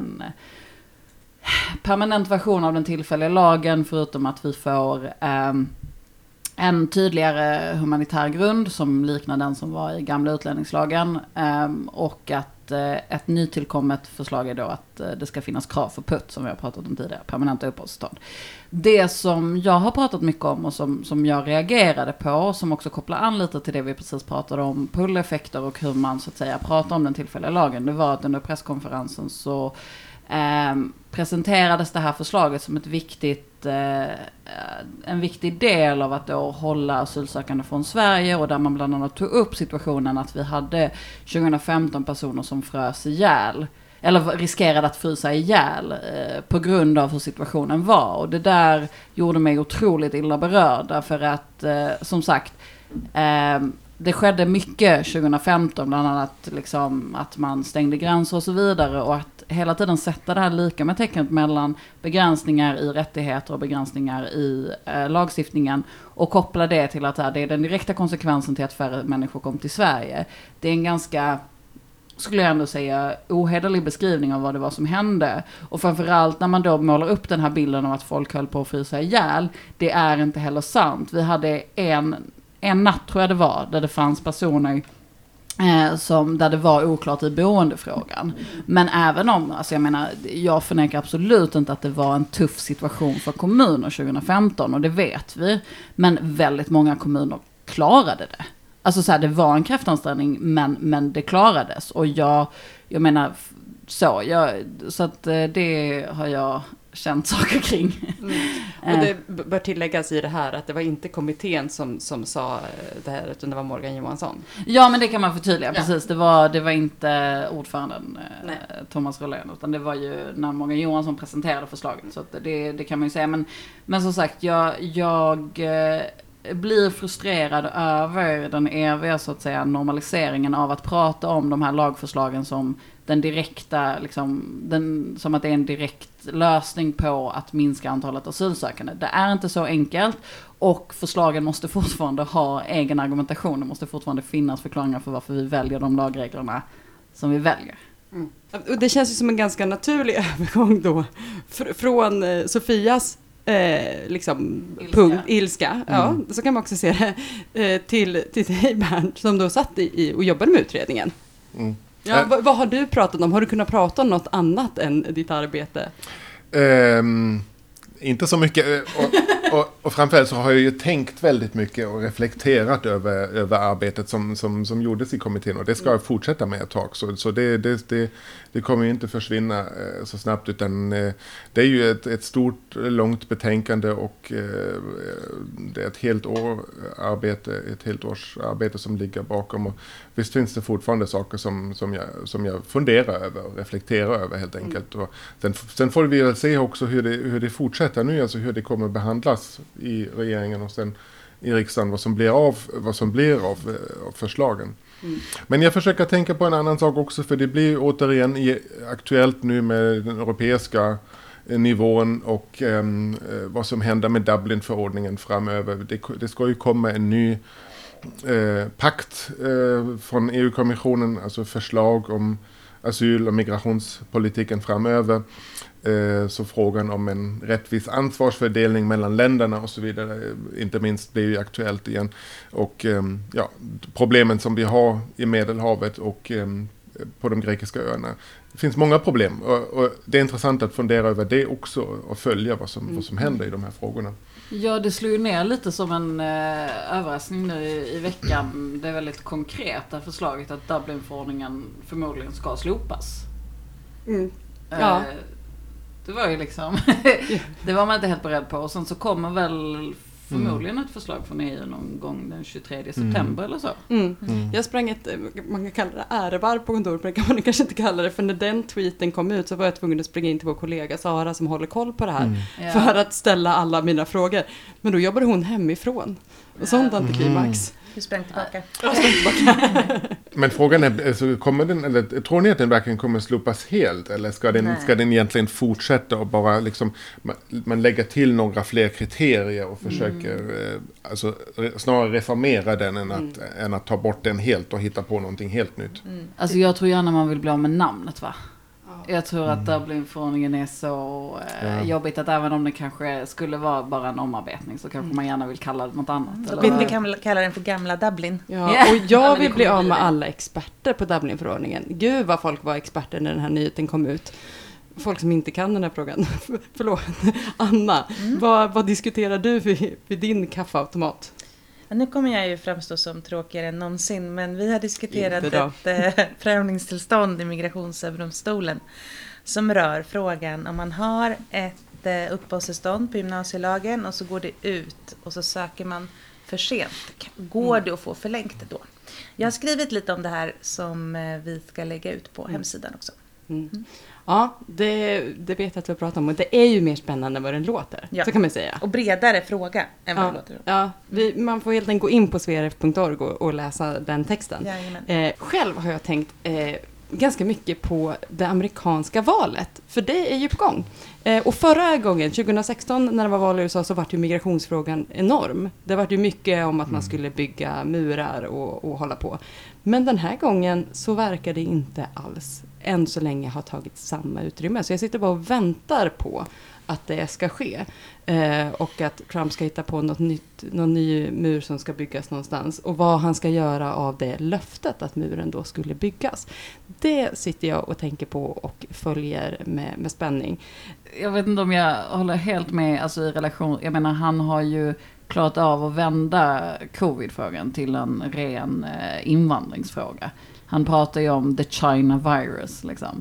permanent version av den tillfälliga lagen, förutom att vi får en tydligare humanitär grund som liknar den som var i gamla utlänningslagen, och att ett nytillkommet förslag är då att det ska finnas krav för PUT, som vi har pratat om tidigare, permanenta uppehållstillstånd. Det som jag har pratat mycket om och som jag reagerade på, som också kopplar an lite till det vi precis pratade om, pull-effekter och hur man så att säga pratar om den tillfälliga lagen, det var att under presskonferensen så presenterades det här förslaget som en viktig del av att då hålla asylsökande från Sverige, och där man bland annat tog upp situationen att vi hade 2015 personer som frös ihjäl, eller riskerade att frysa ihjäl på grund av hur situationen var. Och det där gjorde mig otroligt illa berörd, därför att som sagt det skedde mycket 2015, bland annat liksom att man stängde gränser och så vidare, och att hela tiden sätta det här lika med tecknet mellan begränsningar i rättigheter och begränsningar i lagstiftningen, och koppla det till att det är den direkta konsekvensen till att färre människor kom till Sverige. Det är en ganska, skulle jag ändå säga, ohederlig beskrivning av vad det var som hände. Och framförallt när man då målar upp den här bilden av att folk höll på att frysa ihjäl, det är inte heller sant. Vi hade en natt, tror jag det var, där det fanns personer där det var oklart i boendefrågan. Men även om, alltså jag menar, jag förnekar absolut inte att det var en tuff situation för kommuner 2015, och det vet vi. Men väldigt många kommuner klarade det. Alltså så här, det var en kraftansträngning, men det klarades. Och jag menar, så att det har jag känt saker kring. Och det bör tilläggas i det här att det var inte kommittén som sa det här, utan det var Morgan Johansson. Ja, men det kan man förtydliga, Ja. precis. Det var inte ordföranden Thomas Rolén, utan det var ju när Morgan Johansson presenterade förslaget. Så att det kan man ju säga. Men som sagt, jag blir frustrerad över den eviga, så att säga, normaliseringen av att prata om de här lagförslagen som den direkta, liksom, som att det är en direkt lösning på att minska antalet asylsökande. Det är inte så enkelt, och förslagen måste fortfarande ha egen argumentation. Det måste fortfarande finnas förklaringar för varför vi väljer de lagreglerna som vi väljer. Mm. Och det känns ju som en ganska naturlig övergång då från Sofias liksom ilska. Ja, så kan man också se det, till dig, Bernt, som då satt och jobbade med utredningen. Mm. Ja, vad har du pratat om? Har du kunnat prata om något annat än ditt arbete? Inte så mycket. Och framförallt så har jag ju tänkt väldigt mycket och reflekterat över arbetet som gjordes i kommittén. Och det ska jag fortsätta med ett tag. Så det kommer ju inte försvinna så snabbt. Utan det är ju ett stort, långt betänkande. Och det är ett helt års arbete som ligger bakom. Och visst finns det fortfarande saker som jag funderar över och reflekterar över helt enkelt. Och sen får vi väl se också hur det fortsätter nu. Alltså hur det kommer behandlas i regeringen och sen i riksdagen, vad som blir av förslagen. Mm. Men jag försöker tänka på en annan sak också, för det blir återigen aktuellt nu med den europeiska nivån och vad som händer med Dublin-förordningen framöver. Det ska ju komma en ny pakt från EU-kommissionen, alltså förslag om asyl- och migrationspolitiken framöver. Så frågan om en rättvis ansvarsfördelning mellan länderna och så vidare, inte minst, det är ju aktuellt igen. Och problemen som vi har i Medelhavet och på de grekiska öarna. Det finns många problem, och det är intressant att fundera över det också och följa vad som händer i de här frågorna. Ja, det slog ju ner lite som en överraskning nu i veckan. Det är väldigt konkreta förslaget att Dublinförordningen förmodligen ska slopas. Mm. Ja. Det var ju liksom, det var man inte helt beredd på. Och sen så kommer väl förmodligen ett förslag från EU någon gång den 23 september eller så. Mm. Jag sprang man kan kalla det ärevarv på kontoret, men det kan man kanske inte kalla det. För när den tweeten kom ut så var jag tvungen att springa in till vår kollega Sara som håller koll på det här. För att ställa alla mina frågor. Men då jobbade hon hemifrån. Och sånt antiklimax. Du sprang tillbaka. Men frågan är, alltså, tror ni att den verkligen kommer slopas helt? Eller ska den egentligen fortsätta och bara liksom, man lägger till några fler kriterier och försöker alltså, snarare reformera den än att ta bort den helt och hitta på någonting helt nytt? Alltså jag tror gärna man vill bli av med namnet, va? Jag tror att Dublinförordningen är så jobbigt att även om det kanske skulle vara bara en omarbetning så kanske man gärna vill kalla det något annat. Eller? Vi kan kalla den för gamla Dublin. Ja, och jag vill bli av med alla experter på Dublinförordningen. Gud vad folk var experter när den här nyheten kom ut. Folk som inte kan den här frågan. Förlåt. Anna, vad diskuterar du vid din kaffeautomat? Nu kommer jag ju framstå som tråkigare än någonsin, men vi har diskuterat ett prövningstillstånd i Migrationsöverdomstolen som rör frågan om man har ett uppehållstillstånd på gymnasielagen och så går det ut och så söker man för sent. Går det att få förlängt då? Jag har skrivit lite om det här som vi ska lägga ut på hemsidan också. Ja, det vet jag att vi pratar om. Och det är ju mer spännande än vad den låter. Ja. Så kan man säga. Och bredare fråga än vad den låter. Ja, man får helt enkelt gå in på sverf.org och läsa den texten. Själv har jag tänkt ganska mycket på det amerikanska valet. För det är ju på gång. Och förra gången, 2016, när det var val i USA, så var ju migrationsfrågan enorm. Det var ju mycket om att man skulle bygga murar och hålla på. Men den här gången så verkar det inte alls än så länge ha tagit samma utrymme. Så jag sitter bara och väntar på att det ska ske. Och att Trump ska hitta på någon ny mur som ska byggas någonstans. Och vad han ska göra av det löftet att muren då skulle byggas. Det sitter jag och tänker på och följer med spänning. Jag vet inte om jag håller helt med alltså i relation. Jag menar, han har ju klarat av att vända covid-frågan till en ren invandringsfråga. Han pratar ju om the China virus liksom.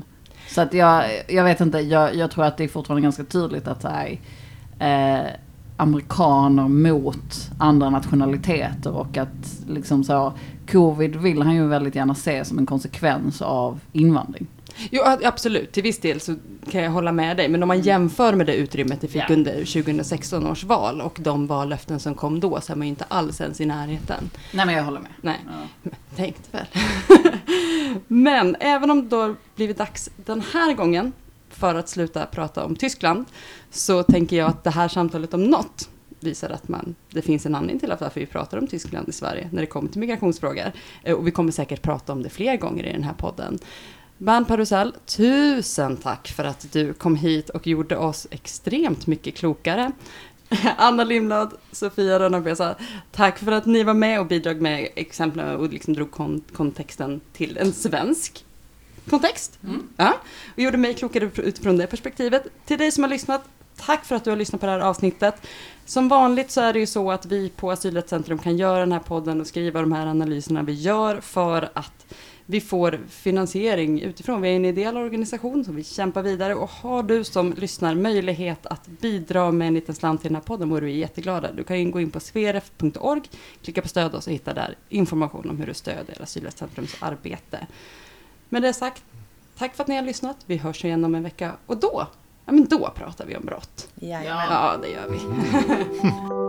Så att jag vet inte, jag tror att det är fortfarande ganska tydligt att det är amerikaner mot andra nationaliteter och att liksom så, covid vill han ju väldigt gärna se som en konsekvens av invandring. Jo, absolut. Till viss del så kan jag hålla med dig. Men om man jämför med det utrymmet det fick under 2016 års val och de vallöften som kom då, så är man ju inte alls ens i närheten. Nej, men jag håller med. Nej, tänkte väl. Men även om det då blivit dags den här gången för att sluta prata om Tyskland, så tänker jag att det här samtalet om något visar att det finns en anledning till varför vi pratar om Tyskland i Sverige när det kommer till migrationsfrågor. Och vi kommer säkert prata om det fler gånger i den här podden. Bernt Parusell, tusen tack för att du kom hit och gjorde oss extremt mycket klokare. Anna Lindblad, Sofia Rönnarbesa, tack för att ni var med och bidrog med exempel och liksom drog kontexten till en svensk kontext. Ja, och gjorde mig klokare utifrån det perspektivet. Till dig som har lyssnat, tack för att du har lyssnat på det här avsnittet. Som vanligt så är det ju så att vi på Asylrättscentrum kan göra den här podden och skriva de här analyserna vi gör för att vi får finansiering utifrån. Vi är en ideell organisation som vi kämpar vidare. Och har du som lyssnar möjlighet att bidra med en liten slant till den här podden, vore vi jätteglada. Du kan gå in på sveref.org, klicka på stöd oss och hitta där information om hur du stödjer Asylrättscentrums arbete. Med det sagt, tack för att ni har lyssnat. Vi hörs igen om en vecka. Och då pratar vi om brott. Jajamän. Ja, det gör vi.